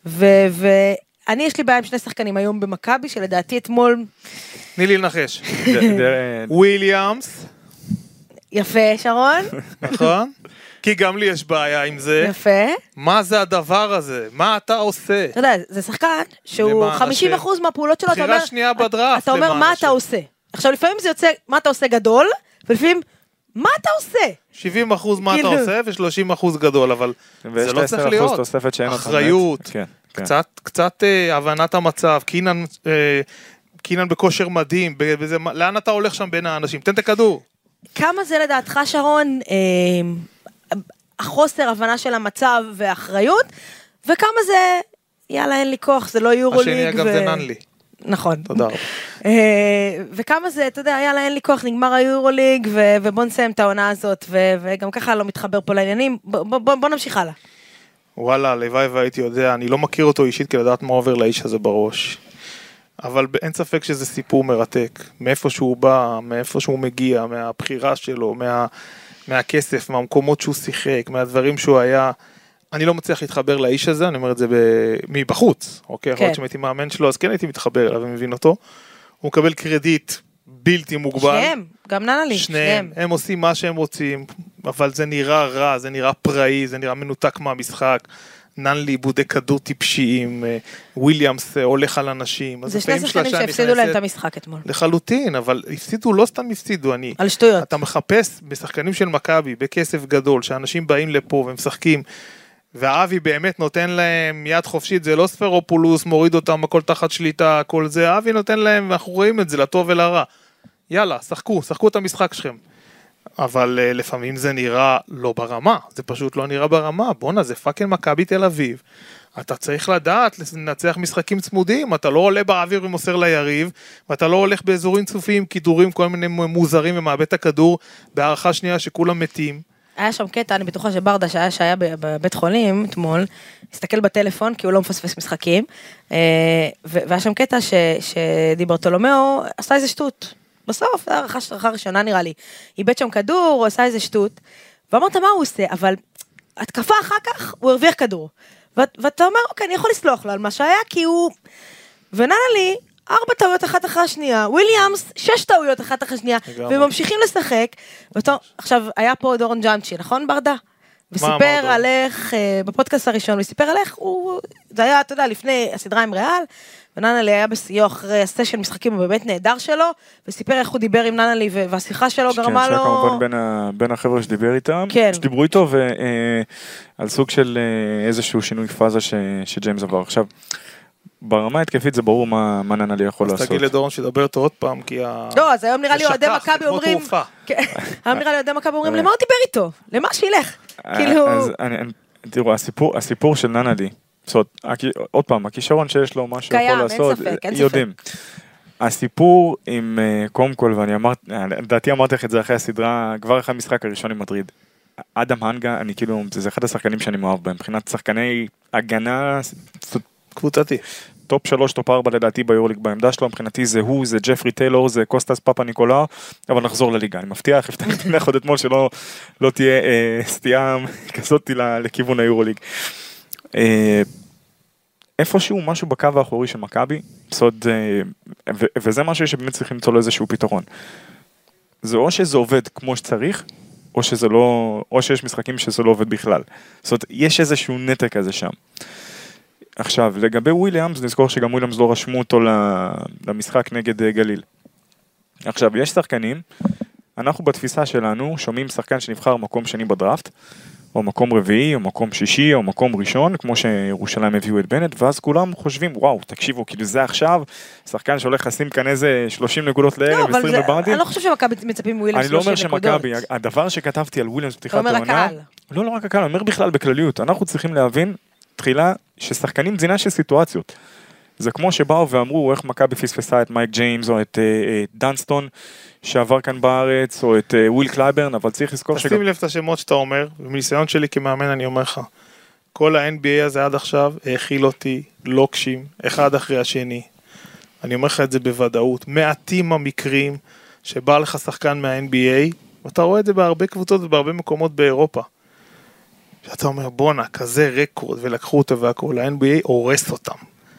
ואני יש לי בעיה עם שני שחקנים היום במכבי, שלדעתי אתמול... תני לי לנחש. וויליאמס. יפה, שרון. נכון? כי גם לי יש בעיה עם זה. יפה. מה זה הדבר הזה? מה אתה עושה? אתה יודע, זה שחקן שהוא חמישים אחוז מהפעולות שלו, בחירה שנייה בדראפט. אתה אומר, מה אתה עושה? עכשיו, לפעמים זה יוצא, מה אתה עושה גדול, ולפעמים... מה אתה עושה? שבעים אחוז מה אתה עושה ו-שלושים אחוז גדול, אבל זה לא צריך להיות. אחריות, קצת הבנת המצב, קינן בכושר מדהים, לאן אתה הולך שם בין האנשים? תן את הכדור. כמה זה לדעתך, שרון, החוסר הבנה של המצב והאחריות, וכמה זה, יאללה, אין לי כוח, זה לא יורוליג. השני אגב זה נן לי. נכון. תודה רבה. וכמה זה, אתה יודע, יאללה, אין לי כוח, נגמר היורוליג, ובוא נסיים את העונה הזאת, וגם ככה לא מתחבר פה לעניינים, בוא נמשיך הלאה. וואלה, לוואי והייתי יודע, אני לא מכיר אותו אישית, כי לדעת מה עובר לאיש הזה בראש. אבל אין ספק שזה סיפור מרתק, מאיפה שהוא בא, מאיפה שהוא מגיע, מהבחירה שלו, מהכסף, מהמקומות שהוא שיחק, מהדברים שהוא היה... אני לא מצליח להתחבר לאיש הזה, אני אומר את זה מבחוץ, אוקיי? יכול להיות שאם הייתי מאמן שלו, אז כן הייתי מתחבר אליו ומבין אותו. הוא מקבל קרדיט בלתי מוגבל. שניהם, גם ננלי, שניהם. הם עושים מה שהם רוצים, אבל זה נראה רע, זה נראה פראי, זה נראה מנותק מהמשחק. ננלי איבודי כדור טיפשיים, וויליאמס הולך על אנשים. זה שני שחקנים שהפסידו להם את המשחק אתמול. לחלוטין, אבל הפסידו, לא סתם הפסידו, אני. על שטויות. אתה מחפש בשחקנים של מכבי, בכסף גדול, שאנשים באים לפה ומשחקים, והאבי באמת נותן להם יד חופשית, זה לא ספרופולוס, מוריד אותם, הכל תחת שליטה, הכל זה, האבי נותן להם, ואנחנו רואים את זה, לטוב ולרע. יאללה, שחקו, שחקו את המשחק שלכם. אבל uh, לפעמים זה נראה לא ברמה, זה פשוט לא נראה ברמה, בונה, זה פאקינג מכבי תל אביב. אתה צריך לדעת לנצח משחקים צמודים, אתה לא עולה באוויר ומוסר ליריב, ואתה לא הולך באזורים צופיים, כידורים, כל מיני מוזרים, ומאבד את הכדור, בהערכה שנייה שכולם מתים. היה שם קטע, אני בטוחה שברדה שהיה, שהיה בבית חולים אתמול, הסתכל בטלפון כי הוא לא מפספס משחקים, והיה שם קטע שדיברטולומיאו עשה איזה שטות. בסוף, הערכה ראשונה נראה לי, איבד שם כדור, הוא עשה איזה שטות, ואמרת מה הוא עושה, אבל התקפה אחר כך הוא הרוויח כדור. ואתה אומר, אוקיי, אני יכול לסלוח לו על מה שהיה, כי הוא... וננה לי, ארבע טעויות אחת אחרי השנייה, וויליאמס, שש טעויות אחת אחרי השנייה, וממשיכים לשחק, ואתה, עכשיו, היה פה דורון ג'אנצ'י, נכון ברדה? וסיפר על איך, בפודקאסט הראשון, וסיפר על איך, הוא, זה היה, אתה יודע, לפני הסדרה עם ריאל, וננלי היה בסיוע אחרי הסשן משחקים באמת נהדר שלו, וסיפר איך הוא דיבר עם ננלי, והשיחה שלו גרמה לו... כן, שכמובן בין החבר'ה שדיבר איתם, שדיברו איתו, ועל סוג של איזשהו שינוי פאזה שג'יימס עבר. עכשיו, ברמה התקפית זה ברור מה ננלי יכול לעשות. אז תגיד לדורון שידבר אותו עוד פעם, כי ה... לא, אז היום נראה לי אוהדי מכבי אומרים... היום נראה לי אוהדי מכבי אומרים, למה הוא דיבר איתו? למה שילך? כאילו... תראו, הסיפור של ננלי, עוד פעם, הכישרון שיש לו משהו יכול לעשות, יודעים. הסיפור עם קודם כל, ואני אמרתי, לדעתי אמרתי לך את זה אחרי הסדרה, כבר אחרי המשחק הראשון עם מדריד. אדם הנגה, אני כאילו, זה אחד השחקנים שאני מאוהב בהם, מבחינת שחקני הגנה, קבוצתי. טופ שלוש, טופ ארבע לדעתי ביורליג בעמדה שלו, מבחינתי זה הוא, זה ג'פרי טיילור, זה קוסטס פאפה ניקולאו, אבל נחזור לליגה, אני מבטיח, הבטחתי לך עוד אתמול שלא לא תהיה אה, סטייה כזאת לכיוון היורוליג. אה, איפשהו משהו בקו האחורי של מכבי, סוד, אה, ו- וזה משהו שבאמת צריך למצוא לו איזשהו פתרון. זה או שזה עובד כמו שצריך, או שזה לא, או שיש משחקים שזה לא עובד בכלל. זאת אומרת, יש איזשהו נתק כזה שם. עכשיו, לגבי וויליאמס, נזכור שגם וויליאמס לא רשמו אותו למשחק נגד גליל. עכשיו, יש שחקנים, אנחנו בתפיסה שלנו שומעים שחקן שנבחר מקום שני בדראפט, או מקום רביעי, או מקום שישי, או מקום ראשון, כמו שירושלים הביאו את בנט, ואז כולם חושבים, וואו, תקשיבו, כאילו זה עכשיו, שחקן שהולך לשים כאן איזה שלושים נקודות לערב, עשרים בבנדים. אני לא חושב שמכבי מצפים וויליאמס שלושים נקודות. אני לא אומר שמכבי, הדבר שכתבתי על וויליאמס בפתיחת העונה, לא, לא רק הקהל, אני אומר בכלל בכלליות, אנחנו צריכים להבין תחילה ששחקנים זינה של סיטואציות. זה כמו שבאו ואמרו איך מכבי פספסה את מייק ג'יימס או את דנסטון שעבר כאן בארץ או את וויל קלייברן, אבל צריך לזכור שגם... תשים לב את השמות שאתה אומר, ומניסיון שלי כמאמן אני אומר לך, כל ה-אן בי איי הזה עד עכשיו האכיל אותי לוקשים, אחד אחרי השני. אני אומר לך את זה בוודאות. מעטים המקרים שבא לך שחקן מה-אן בי איי, ואתה רואה את זה בהרבה קבוצות ובהרבה מקומות באירופה. שאתה אומר, בונה, כזה רקורד, ולקחו אותו והכל, ה-אן בי איי הורס אותם.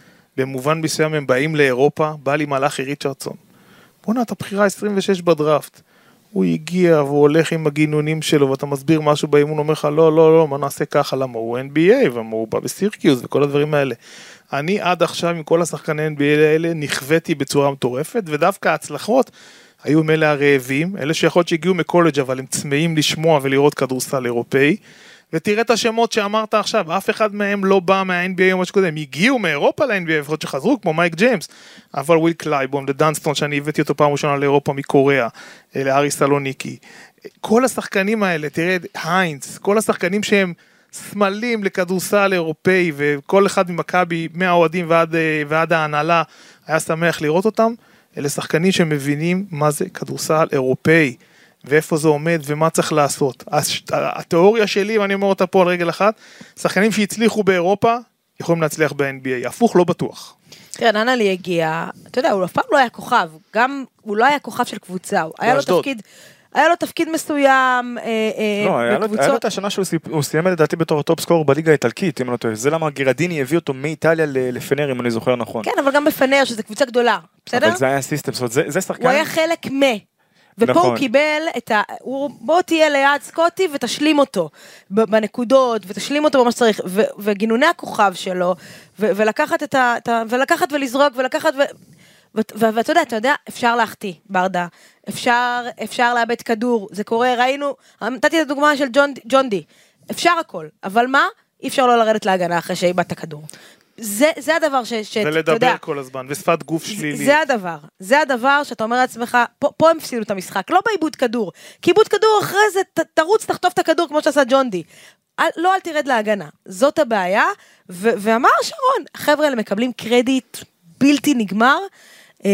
במובן מסוים הם באים לאירופה, בא לי מלאכי ריצ'רדסון. בונה, אתה בחירה עשרים ושש בדראפט. הוא הגיע והוא הולך עם הגינונים שלו, ואתה מסביר משהו באימון, אומר לך, לא, לא, לא, מה נעשה ככה, למה הוא אן בי איי, ומה הוא בא בסירקיוס, וכל הדברים האלה. אני עד עכשיו, עם כל השחקני אן בי איי האלה, נכוויתי בצורה מטורפת, ודווקא ההצלחות היו מאלה הרעבים, אלה שיכול להיות שהגיעו מקולג' אבל הם צמאים לשמוע ולראות כדורסל אירופאי, ותראה את השמות שאמרת עכשיו, אף אחד מהם לא בא מה-אן בי איי או משהו כזה, הם הגיעו מאירופה ל-אן בי איי, לפחות שחזרו, כמו מייק ג'יימס, אבל וויל קלייבון, לדנסטון, שאני הבאתי אותו פעם ראשונה לאירופה מקוריאה, לארי סלוניקי, כל השחקנים האלה, תראה, היינץ, כל השחקנים שהם סמלים לכדורסל אירופאי, וכל אחד ממכבי, מהאוהדים ועד, ועד ההנהלה, היה שמח לראות אותם, אלה שחקנים שמבינים מה זה כדורסל אירופאי, ואיפה זה עומד ומה צריך לעשות. התיאוריה שלי, ואני אומר אותה פה על רגל אחת, שחקנים שהצליחו באירופה, יכולים להצליח ב-אן בי איי, הפוך לא בטוח. תראה, ננלי הגיע, אתה יודע, הוא אף פעם לא היה כוכב, גם הוא לא היה כוכב של קבוצה, היה לו תפקיד, היה לו תפקיד מסוים, לא, היה לו את השנה שהוא סיים לדעתי בתור טופ סקור בליגה האיטלקית, אם אני לא טועה, זה למה גירדיני הביא אותו מאיטליה לפנר, אם אני זוכר נכון. כן, אבל גם בפנר, שזו קבוצה גדולה, בסדר? אבל זה היה סיסטם, זה שחקן... הוא היה חלק מה. ופה נכון. הוא קיבל את ה... הוא, בוא תהיה ליד סקוטי ותשלים אותו בנקודות, ותשלים אותו במה שצריך, ו, וגינוני הכוכב שלו, ו, ולקחת את ה... ולקחת ולזרוק, ולקחת ו... ואתה יודע, אתה יודע, אפשר להחטיא, ברדה, אפשר, אפשר לאבד כדור, זה קורה, ראינו, נתתי את הדוגמה של ג'ון, ג'ון די, אפשר הכל, אבל מה? אי אפשר לא לרדת להגנה אחרי שאיבדת כדור. זה, זה הדבר ש... ש ולדבר יודע, כל הזמן, ושפת גוף שלילית. זה הדבר, זה הדבר שאתה אומר לעצמך, פה, פה הם הפסידו את המשחק, לא בעיבוד כדור, כי עיבוד כדור אחרי זה, ת, תרוץ, תחטוף את הכדור כמו שעשה ג'ון די. אל, לא אל תרד להגנה, זאת הבעיה, ו, ואמר שרון, החבר'ה האלה מקבלים קרדיט בלתי נגמר, אה,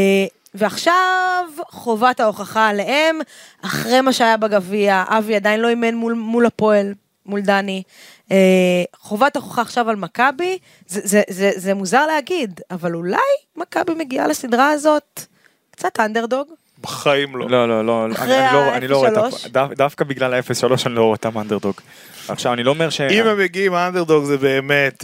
ועכשיו חובת ההוכחה עליהם, אחרי מה שהיה בגביע, אבי עדיין לא אימן מול, מול הפועל, מול דני, אה, חובת ההוכחה עכשיו על מכבי, זה, זה, זה, זה מוזר להגיד, אבל אולי מכבי מגיעה לסדרה הזאת, קצת אנדרדוג. בחיים לא. לא, לא, לא. אחרי ה-אפס שלוש. דווקא בגלל ה-אפס שלוש אני לא רואה אותם אנדרדוג. עכשיו, אני לא אומר ש... אם הם מגיעים האנדרדוג זה באמת,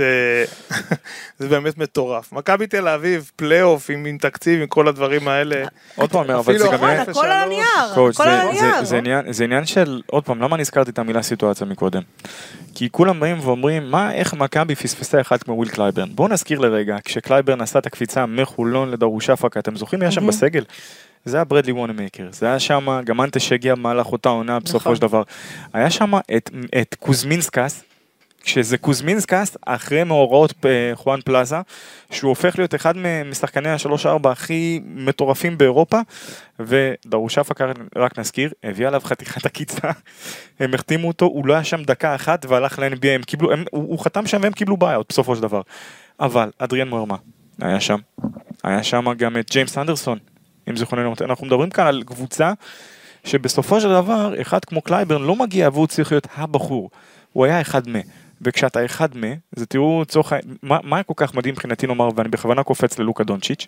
זה באמת מטורף. מכבי תל אביב, פלייאוף עם תקציב, עם כל הדברים האלה. עוד פעם, אבל זה גם... הכל על הנייר, הכל על הנייר. זה עניין של, עוד פעם, למה נזכרתי את המילה סיטואציה מקודם? כי כולם באים ואומרים, מה, איך מכבי פספסה אחד כמו וויל קלייברן? בואו נזכיר לרגע, כשקלייברן עשה את הקפיצה מחולון לדרושפקה, אתם זוכרים, היה שם בסגל? זה היה ברדלי וונמייקר, זה היה שם, גם אנטש שהגיע במהלך אותה עונה בסופו של דבר. היה שם את, את קוזמינסקס, כשזה קוזמינסקס, אחרי מאורעות חואן פלאזה, שהוא הופך להיות אחד משחקני השלוש ארבע הכי מטורפים באירופה, ודרושפה, רק נזכיר, הביא עליו חתיכת הקיצה, הם החתימו אותו, הוא לא היה שם דקה אחת, והלך ל-אן בי איי, הם קיבלו, הם, הוא, הוא חתם שם והם קיבלו בעיות בסופו של דבר. אבל, אדריאן מוירמה, היה שם, היה שם גם את ג'יימס אנדרסון, אם זכרוננו, אנחנו מדברים כאן על קבוצה שבסופו של דבר, אחד כמו קלייברן לא מגיע והוא צריך להיות הבחור, הוא היה אחד מה. וכשאתה אחד מה, זה תראו צורך, מה, מה היה כל כך מדהים מבחינתי לומר, ואני בכוונה קופץ ללוקה דונצ'יץ',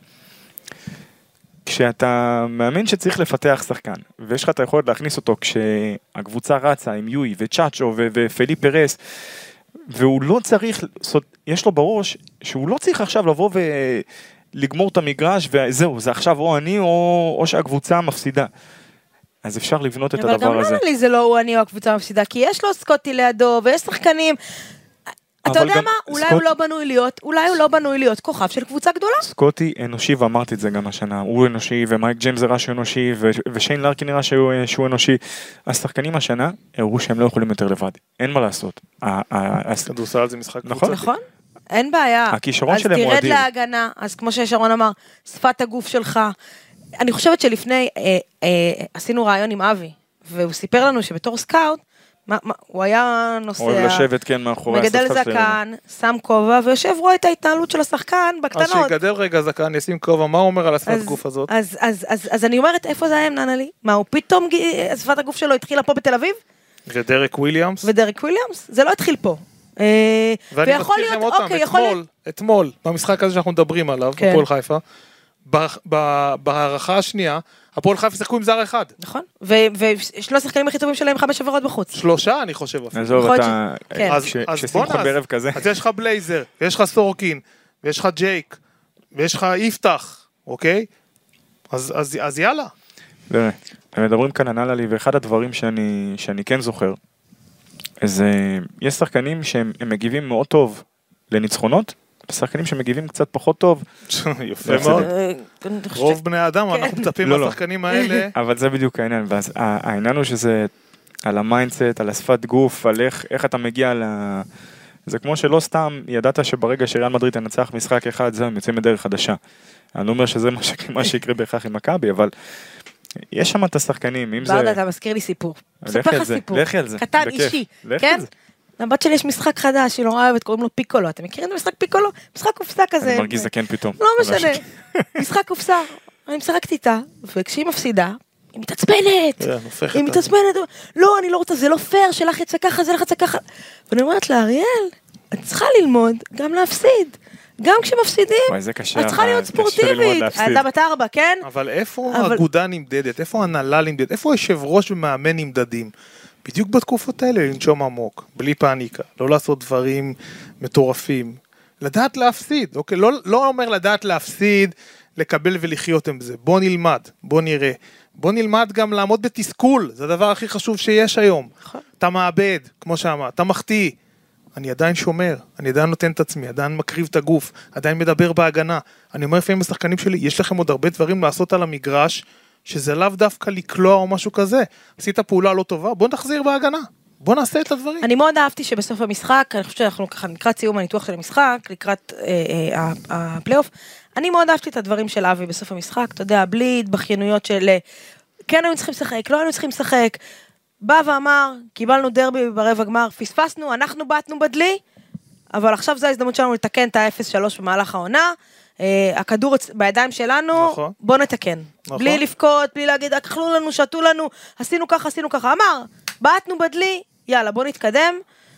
כשאתה מאמין שצריך לפתח שחקן, ויש לך את היכולת להכניס אותו כשהקבוצה רצה עם יואי וצ'אצ'ו ופליפ פרס, והוא לא צריך, יש לו בראש שהוא לא צריך עכשיו לבוא ולגמור את המגרש, וזהו, זה עכשיו או אני או, או שהקבוצה מפסידה. אז אפשר לבנות את הדבר הזה. אבל גם לי זה לא הוא אני או הקבוצה המפסידה, כי יש לו סקוטי לידו, ויש שחקנים. אתה יודע מה? אולי הוא לא בנוי להיות, אולי הוא לא בנוי להיות כוכב של קבוצה גדולה. סקוטי אנושי, ואמרתי את זה גם השנה, הוא אנושי, ומייק ג'יימס הראה שהוא אנושי, ושיין לארקין נראה שהוא אנושי. השחקנים השנה הראו שהם לא יכולים יותר לבד. אין מה לעשות. כדורסל זה משחק קבוצתי. נכון? אין בעיה. הכישרון שלהם הוא אז אדיר. תרד להגנה, אז כמו ששרון אמר, שפת הגוף שלך. אני חושבת שלפני, אה, אה, עשינו רעיון עם אבי, והוא סיפר לנו שבתור סקאוט, מה, מה, הוא היה נוסע, אוהב לשבת כן מאחורי מגדל זקן, שם כובע, ויושב רואה את ההתנהלות של השחקן בקטנות. אז שיגדל רגע זקן, ישים כובע, מה הוא אומר על השפת אז, גוף הזאת? אז, אז, אז, אז אני אומרת, איפה זה היה עם ננלי? מה, הוא פתאום, שפת הגוף שלו התחילה פה בתל אביב? ודרק וויליאמס? ודרק וויליאמס? זה לא התחיל פה. ואני מזכיר לכם עוד פעם, אתמול, אתמול, במשחק הזה שאנחנו מדברים עליו, הפועל חיפה, בהערכה השנייה, הפועל חיפה שיחקו עם זר אחד. נכון, ושלוש השחקנים הכי טובים שלהם חמש עבירות בחוץ. שלושה, אני חושב. עזוב, אתה... כששמחון בערב כזה. אז יש לך בלייזר, ויש לך סורקין, ויש לך ג'ייק, ויש לך יפתח, אוקיי? אז יאללה. הם מדברים כאן על ננלי, ואחד הדברים שאני כן זוכר, אז יש שחקנים שהם מגיבים מאוד טוב לניצחונות, שחקנים שמגיבים קצת פחות טוב. יפה מאוד. רוב בני אדם, אנחנו מצפים מהשחקנים האלה. אבל זה בדיוק העניין, ואז העניין הוא שזה על המיינדסט, על השפת גוף, על איך אתה מגיע ל... זה כמו שלא סתם ידעת שברגע שריאל מדריד תנצח משחק אחד, זה הם יוצאים מדרך חדשה. אני לא אומר שזה מה שיקרה בהכרח עם מכבי, אבל יש שם את השחקנים, אם זה... ברדה, אתה מזכיר לי סיפור. ספר לך סיפור. לכי על זה. קטן אישי, כן? לבת שלי יש משחק חדש, היא לא אוהבת, קוראים לו פיקולו. אתם מכירים את המשחק פיקולו? משחק קופסה כזה. אני מרגיש זקן פתאום. לא משנה. משחק קופסה. אני משחקת איתה, וכשהיא מפסידה, היא מתעצבנת. היא מתעצבנת. לא, אני לא רוצה, זה לא פייר, שלך יצא ככה, זה לך יצא ככה. ואני אומרת לה, אריאל, את צריכה ללמוד גם להפסיד. גם כשמפסידים, את צריכה להיות ספורטיבית. ילדה בת ארבע, כן? אבל איפה האגודה נמדדת? איפה ההנהלה נמדדת? איפה היושב ראש ומאמן נמדדים? בדיוק בתקופות האלה לנשום עמוק, בלי פאניקה, לא לעשות דברים מטורפים, לדעת להפסיד, אוקיי? לא, לא אומר לדעת להפסיד, לקבל ולחיות עם זה. בוא נלמד, בוא נראה. בוא נלמד גם לעמוד בתסכול, זה הדבר הכי חשוב שיש היום. אתה מאבד, כמו שאמרת, אתה מחטיא. אני עדיין שומר, אני עדיין נותן את עצמי, עדיין מקריב את הגוף, עדיין מדבר בהגנה. אני אומר לפעמים לשחקנים שלי, יש לכם עוד הרבה דברים לעשות על המגרש, שזה לאו דווקא לקלוע או משהו כזה. עשית פעולה לא טובה, בוא נחזיר בהגנה. בוא נעשה את הדברים. אני מאוד אהבתי שבסוף המשחק, אני חושבת שאנחנו ככה לקראת סיום הניתוח של המשחק, לקראת אה, אה, הפלייאוף, אני מאוד אהבתי את הדברים של אבי בסוף המשחק, אתה יודע, בלי התבכיינויות של כן היינו צריכים לשחק, לא היינו צריכים לשחק, בא ואמר, קיבלנו דרבי ברבע גמר, פספסנו, אנחנו באתנו בדלי, אבל עכשיו זו ההזדמנות שלנו לתקן את ה-אפס שלוש במהלך העונה, הכדור בידיים שלנו, נכון. בוא נתקן. נכון. בלי לפקוד, בלי להגיד, אכלו לנו, שתו לנו, עשינו ככה, עשינו ככה. אמר, בעטנו בדלי, יאללה, בוא נתקדם.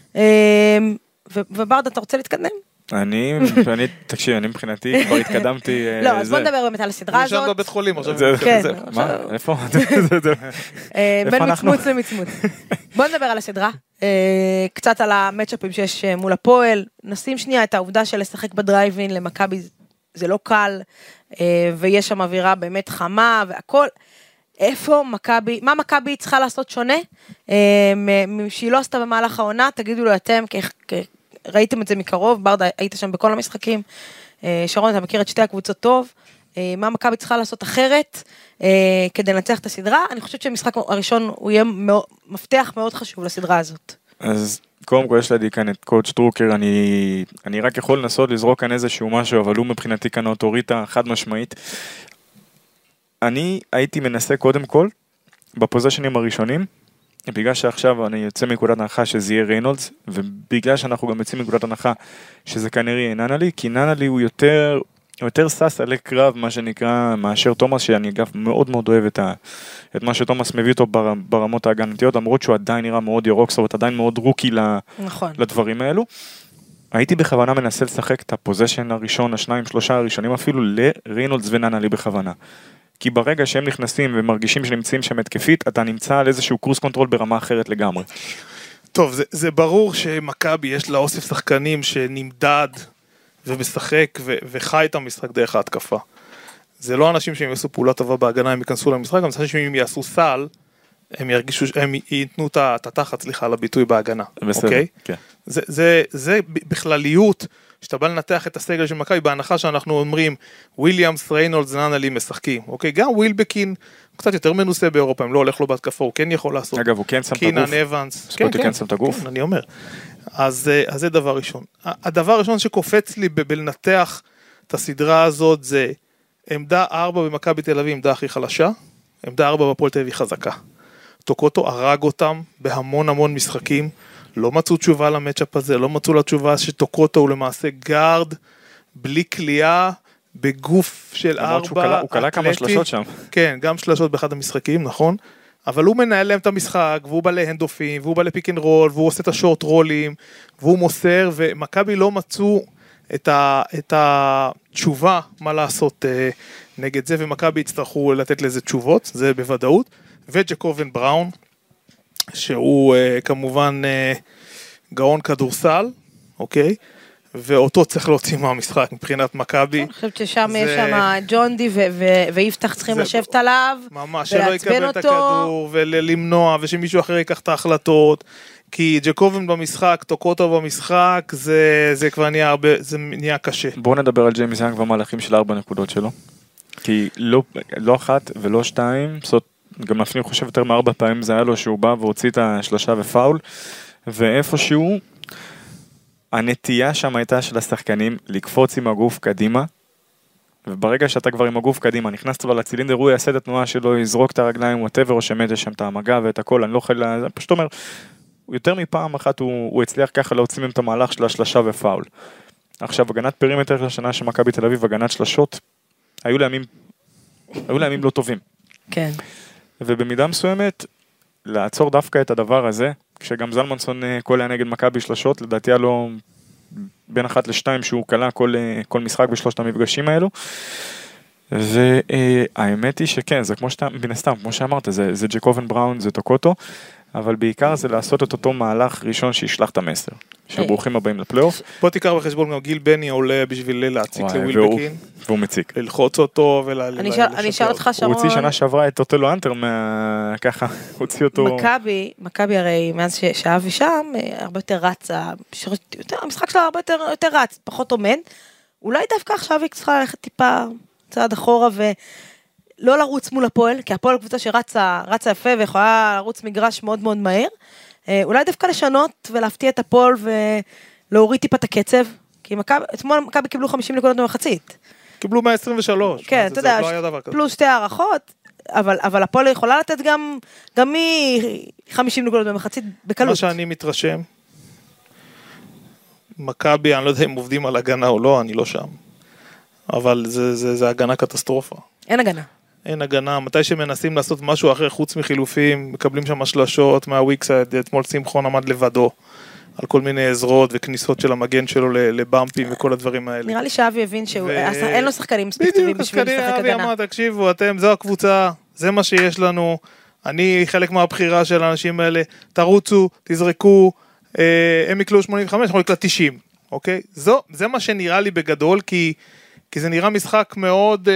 וברדה, אתה רוצה להתקדם? אני, אני, תקשיב, אני מבחינתי כבר התקדמתי. לא, אז בוא נדבר באמת על הסדרה הזאת. אני שם בבית חולים, עכשיו. כן. מה? איפה? בין מצמוץ למצמוץ. בוא נדבר על הסדרה. קצת על המאצ'אפים שיש מול הפועל. נשים שנייה את העובדה של לשחק בדרייבין למכבי זה לא קל, ויש שם אווירה באמת חמה והכל. איפה מכבי, מה מכבי צריכה לעשות שונה? שהיא לא עשתה במהלך העונה, תגידו לו אתם, ראיתם את זה מקרוב, ברדה, היית שם בכל המשחקים, שרון, אתה מכיר את שתי הקבוצות טוב, מה מכבי צריכה לעשות אחרת, כדי לנצח את הסדרה? אני חושבת שהמשחק הראשון הוא יהיה מפתח מאוד חשוב לסדרה הזאת. אז קודם כל יש לידי כאן את קואוצ' דרוקר, אני, אני רק יכול לנסות לזרוק כאן איזשהו משהו, אבל הוא מבחינתי כאן אוטוריטה חד משמעית. אני הייתי מנסה קודם כל, בפוזישנים הראשונים, בגלל שעכשיו אני יוצא מנקודת הנחה שזה יהיה ריינולדס, ובגלל שאנחנו גם יוצאים מנקודת הנחה שזה כנראה יהיה ננלי, כי ננלי הוא יותר, הוא יותר סס עלי קרב, מה שנקרא, מאשר תומאס, שאני אגב מאוד מאוד אוהב את, ה, את מה שתומאס מביא אותו בר, ברמות ההגנתיות, למרות שהוא עדיין נראה מאוד ירוק, זאת אומרת, עדיין מאוד רוקי נכון. לדברים האלו. הייתי בכוונה מנסה לשחק את הפוזיישן הראשון, השניים, שלושה הראשונים, אפילו לריינולדס וננלי בכוונה. כי ברגע שהם נכנסים ומרגישים שנמצאים שם התקפית, אתה נמצא על איזשהו קרוס קונטרול ברמה אחרת לגמרי. טוב, זה, זה ברור שמכבי יש לה אוסף שחקנים שנמדד ומשחק ו- וחי את המשחק דרך ההתקפה. זה לא אנשים שהם יעשו פעולה טובה בהגנה, הם ייכנסו למשחק, גם אנשים שאם יעשו סל, הם ירגישו, הם ייתנו את התחת, סליחה, לביטוי בהגנה. בסדר, אוקיי? כן. זה, זה, זה בכלליות, שאתה בא לנתח את הסגל של מכבי, בהנחה שאנחנו אומרים, וויליאמס, ריינולדס, ננלי משחקים. אוקיי? גם ווילבקין, קצת יותר מנוסה באירופה, הם לא הולך לו בהתקפה, הוא כן יכול לעשות. אגב, הוא כן שם את הגוף. קינן אבנס. כן, כן, שם את הגוף. כן, אני אומר. אז, אז זה דבר ראשון. הדבר הראשון שקופץ לי בלנתח את הסדרה הזאת, זה עמדה ארבע במכבי תל אביב, עמדה הכי חלשה, עמדה ארבע בפועל תל אביב חזקה. טוקוטו הרג אותם בהמון המון משחקים, לא מצאו תשובה למצ'אפ הזה, לא מצאו לתשובה שטוקוטו הוא למעשה גארד, בלי קליעה, בגוף של ארבע, הוא קלה כמה שלשות שם. כן, גם שלשות באחד המשחקים, נכון? אבל הוא מנהל להם את המשחק, והוא בא להנדופים, והוא בא לפיק אנד רול, והוא עושה את השורט רולים, והוא מוסר, ומכבי לא מצאו את, ה, את התשובה מה לעשות אה, נגד זה, ומכבי יצטרכו לתת לזה תשובות, זה בוודאות. וג'קובן בראון, שהוא אה, כמובן אה, גאון כדורסל, אוקיי? ואותו צריך להוציא מהמשחק מבחינת מכבי. אני חושבת ששם יש שם ג'ונדי ויפתח צריכים לשבת עליו, ממש, שלא יקבל את הכדור ולמנוע, ושמישהו אחר ייקח את ההחלטות, כי ג'קובן במשחק, טוקוטו במשחק, זה כבר נהיה הרבה, זה נהיה קשה. בואו נדבר על ג'יימס יאנג והמהלכים של ארבע נקודות שלו, כי לא אחת ולא שתיים, זאת גם לפני חושב יותר מארבע פעמים זה היה לו שהוא בא והוציא את השלושה ופאול, ואיפשהו הנטייה שם הייתה של השחקנים לקפוץ עם הגוף קדימה, וברגע שאתה כבר עם הגוף קדימה, נכנסת כבר לצילינדר, הוא יעשה את התנועה שלו, יזרוק את הרגליים, וואטאבר, או שמד יש שם את המגע ואת הכל, אני לא יכול, זה פשוט אומר, יותר מפעם אחת הוא, הוא הצליח ככה להוציא מהם את המהלך של השלושה ופאול. עכשיו, הגנת פרימטר לשנה של מכבי תל אביב, הגנת שלשות, היו לימים, היו לימים לא טובים. כן. ובמידה מסוימת, לעצור דווקא את הדבר הזה, כשגם זלמנסון כל היה נגד מכבי שלשות, לדעתי היה לו בין אחת לשתיים שהוא קלה כל, כל משחק בשלושת המפגשים האלו, והאמת היא שכן, זה כמו שאתה, בין הסתם, כמו שאמרת, זה, זה ג'קובן בראון, זה טוקוטו, אבל בעיקר זה לעשות את אותו מהלך ראשון שישלח את המסר, שברוכים הבאים לפלייאוף. פה תיקח בחשבון גם גיל בני עולה בשביל להציק לווילבקין. והוא מציק. ללחוץ אותו ולשפר. אני אשאל אותך שרון. הוא הוציא שנה שעברה את אוטלו אנטר, ככה, הוציא אותו. מכבי, מכבי הרי מאז שאבי שם, הרבה יותר רצה, המשחק שלה הרבה יותר רץ, פחות עומד. אולי דווקא עכשיו היא צריכה ללכת טיפה צעד אחורה ו... לא לרוץ מול הפועל, כי הפועל קבוצה שרצה, רצה יפה ויכולה לרוץ מגרש מאוד מאוד מהר. אולי דווקא לשנות ולהפתיע את הפועל ולהוריד טיפה את הקצב, כי אתמול מכבי קיבלו חמישים נקודות במחצית. קיבלו מאה עשרים ושלוש. כן, אתה יודע, פלוס שתי הערכות, אבל, אבל הפועל יכולה לתת גם, גם מ-חמישים נקודות במחצית בקלות. מה שאני מתרשם, מכבי, אני לא יודע אם עובדים על הגנה או לא, אני לא שם. אבל זה, זה, זה הגנה קטסטרופה. אין הגנה. אין הגנה, מתי שמנסים לעשות משהו אחר חוץ מחילופים, מקבלים שם שלשות מהוויקסייד, אתמול שמחון עמד לבדו, על כל מיני עזרות וכניסות של המגן שלו לבמפים וכל הדברים האלה. נראה לי שאבי הבין שאין לו שחקנים מספיק טובים בשביל לשחק הגנה. בדיוק, אבי אמר, תקשיבו, אתם, זו הקבוצה, זה מה שיש לנו, אני חלק מהבחירה של האנשים האלה, תרוצו, תזרקו, הם יקלו שמונים וחמש, אנחנו נקלע תשעים, אוקיי? זו, זה מה שנראה לי בגדול, כי, כי זה נראה משחק מאוד...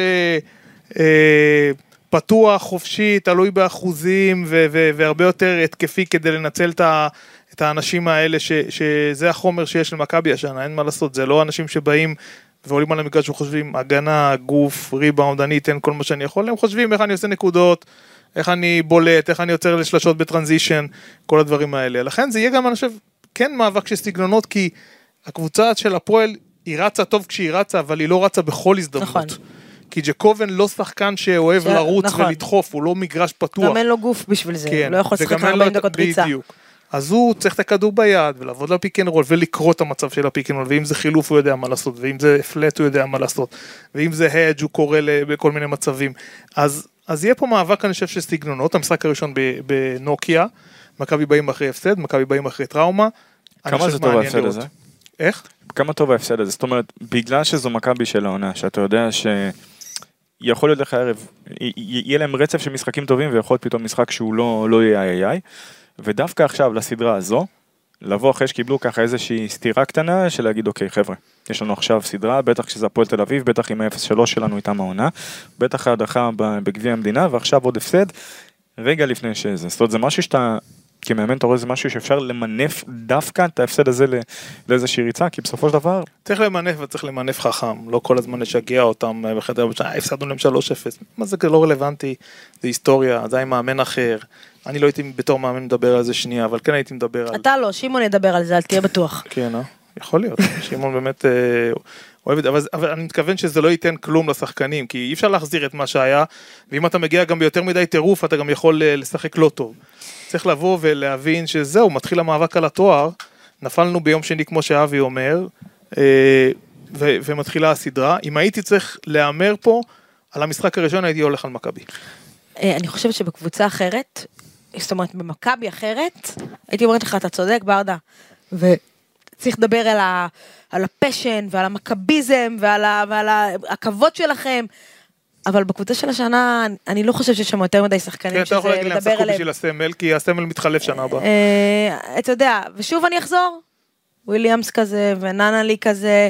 פתוח, חופשי, תלוי באחוזים והרבה יותר התקפי כדי לנצל את האנשים האלה שזה החומר שיש למכבי השנה, אין מה לעשות, זה לא אנשים שבאים ועולים על המגרש וחושבים הגנה, גוף, ריבאונד, אני אתן כל מה שאני יכול, הם חושבים איך אני עושה נקודות, איך אני בולט, איך אני יוצר לשלשות בטרנזישן, כל הדברים האלה, לכן זה יהיה גם אני חושב כן מאבק של סגנונות, כי הקבוצה של הפועל היא רצה טוב כשהיא רצה, אבל היא לא רצה בכל הזדמנות. נכון. כי ג'קובן לא שחקן שאוהב לרוץ ולדחוף, הוא לא מגרש פתוח. גם אין לו גוף בשביל זה, הוא לא יכול לשחק ארבעים דקות ריצה. בדיוק. אז הוא צריך את הכדור ביד, ולעבוד לפיק אנד רול, ולקרוא את המצב של הפיק אנד רול, ואם זה חילוף הוא יודע מה לעשות, ואם זה פלט הוא יודע מה לעשות, ואם זה הדג' הוא קורא בכל מיני מצבים. אז, אז יהיה פה מאבק, אני חושב, של סגנונות, המשחק הראשון בנוקיה, מכבי באים אחרי הפסד, מכבי באים אחרי טראומה. כמה זה טוב ההפסד הזה? איך? כמה טוב ההפסד הזה? זאת אומרת, בגלל שזו מכבי של העונה, שאתה יודע ש... יכול להיות לך ערב, יהיה להם רצף של משחקים טובים, ויכול להיות פתאום משחק שהוא לא, לא יהיה איי איי, ודווקא עכשיו לסדרה הזו, לבוא אחרי שקיבלו ככה איזושהי סתירה קטנה, של להגיד, אוקיי חבר'ה, יש לנו עכשיו סדרה, בטח שזה הפועל תל אביב, בטח עם ה-אפס שלוש שלנו איתם העונה, בטח ההדחה בגביע המדינה, ועכשיו עוד הפסד, רגע לפני שזה. זאת אומרת, זה משהו שאתה, כמאמן, אתה רואה, זה משהו שאפשר למנף דווקא את ההפסד הזה לאיזושהי ריצה, כי בסופו של דבר... צריך למנף וצריך למנף חכם, לא כל הזמן לשגע אותם בחדר, הפסדנו להם שלוש אפס, מה זה לא רלוונטי, זה היסטוריה, זה עם מאמן אחר, אני לא הייתי בתור מאמן מדבר על זה שנייה, אבל כן הייתי מדבר על... אתה לא, שמעון ידבר על זה, אל תהיה בטוח. כן, אה? יכול להיות, שמעון באמת אוהב את זה, אבל, אבל אני מתכוון שזה לא ייתן כלום לשחקנים, כי אי אפשר להחזיר את מה שהיה, ואם אתה מגיע גם ביותר מדי טירוף, אתה גם יכול לשחק לא טוב. צריך לבוא ולהבין שזהו, מתחיל המאבק על התואר, נפלנו ביום שני כמו שאבי אומר, ו- ומתחילה הסדרה. אם הייתי צריך להאמר פה, על המשחק הראשון הייתי הולך על מכבי. אני חושבת שבקבוצה אחרת, זאת אומרת במכבי אחרת, הייתי אומרת לך, אתה צודק ברדה, וצריך לדבר על, ה- על הפשן ועל המכביזם ועל, ה- ועל הכבוד שלכם, אבל בקבוצה של השנה, אני לא חושב שיש שם יותר מדי שחקנים שזה מדבר עליהם. כן, אתה יכול להגיד להם, שחקו בשביל הסמל, כי הסמל מתחלף שנה הבאה. אתה יודע, ושוב אני אחזור, וויליאמס כזה, וננלי כזה,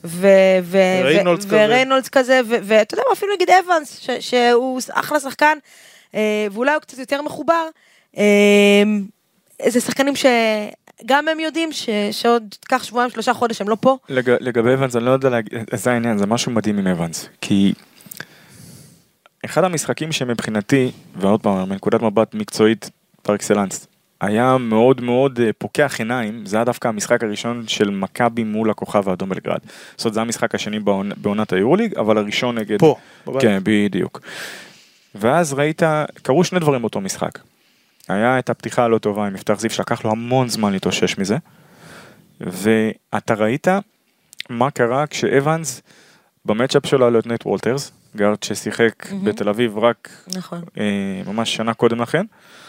וריינולדס כזה, ואתה יודע, אפילו נגיד אבנס, שהוא אחלה שחקן, ואולי הוא קצת יותר מחובר, זה שחקנים שגם הם יודעים שעוד כך שבועיים, שלושה חודש, הם לא פה. לגבי אבנס, אני לא יודע להגיד, זה העניין, זה משהו מדהים עם אבנס, כי... אחד המשחקים שמבחינתי, ועוד פעם, מנקודת מבט מקצועית פר אקסלנס, היה מאוד מאוד פוקח עיניים, זה היה דווקא המשחק הראשון של מכבי מול הכוכב האדום בלגרד. זאת אומרת, זה המשחק השני בעונת היורוליג, אבל הראשון נגד... פה, בבית. כן, בדיוק. ואז ראית, קרו שני דברים באותו משחק. היה את הפתיחה הלא טובה עם מפתח זיו, שלקח לו המון זמן להתאושש מזה, ואתה ראית מה קרה כשאבנס, במצ'אפ שלו היה לו את נט וולטרס, גארד ששיחק mm-hmm. בתל אביב רק נכון. אה, ממש שנה קודם לכן,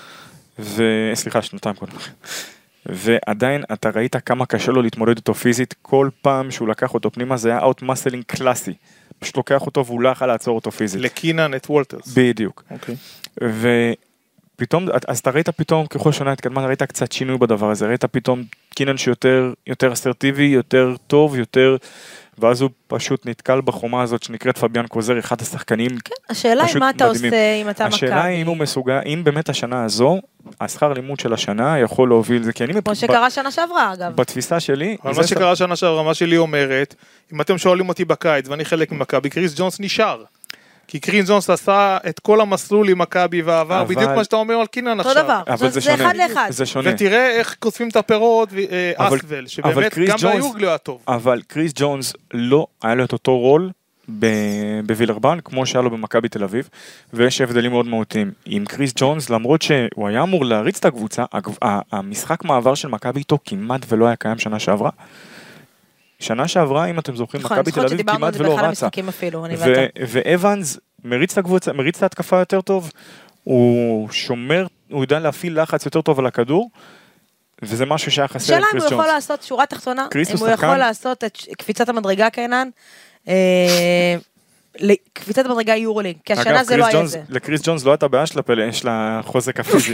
וסליחה, שנתיים קודם לכן, ועדיין אתה ראית כמה קשה לו להתמודד אותו פיזית, כל פעם שהוא לקח אותו פנימה, זה היה אאוט מסלינג קלאסי, פשוט לוקח אותו והוא לא יכול לעצור אותו פיזית. לקינן את וולטרס. בדיוק. אוקיי. Okay. ופתאום, אז אתה ראית פתאום, ככל שנה התקדמה, ראית קצת שינוי בדבר הזה, ראית פתאום קינן שיותר יותר אסרטיבי, יותר טוב, יותר... ואז הוא פשוט נתקל בחומה הזאת שנקראת פביאן קוזר, אחד השחקנים. כן, השאלה היא מה אתה עושה אם אתה מכבי. השאלה היא אם הוא מסוגל, אם באמת השנה הזו, השכר לימוד של השנה יכול להוביל זה, כי אני... כמו שקרה שנה שעברה, אגב. בתפיסה שלי... אבל מה שקרה שנה שעברה, מה שלי אומרת, אם אתם שואלים אותי בקיץ, ואני חלק ממכבי, קריס ג'ונס נשאר. כי קריס ג'ונס עשה את כל המסלול עם מכבי ועבר, בדיוק מה שאתה אומר על קינן עכשיו. אותו דבר, זה אחד לאחד. זה שונה. ותראה איך כוספים את הפירות, אסבל, שבאמת גם ביוג לא היה טוב. אבל קריס ג'ונס לא היה לו את אותו רול בווילרבן, כמו שהיה לו במכבי תל אביב, ויש הבדלים מאוד מהותיים. עם קריס ג'ונס, למרות שהוא היה אמור להריץ את הקבוצה, המשחק מעבר של מכבי איתו כמעט ולא היה קיים שנה שעברה. שנה שעברה, אם אתם זוכרים, מכבי תל אביב כמעט ולא רצה. ואבנס מריץ את הקבוצה, מריץ את ההתקפה יותר טוב, הוא שומר, הוא יודע להפעיל לחץ יותר טוב על הכדור, וזה משהו שהיה חסר לקריס ג'ונס. שאלה אם הוא יכול לעשות שורה תחתונה, אם הוא יכול לעשות את קפיצת המדרגה קינן, קפיצת המדרגה יורוליג, כי השנה זה לא היה זה. לקריס ג'ונס לא הייתה בעיה של החוזק הפיזי.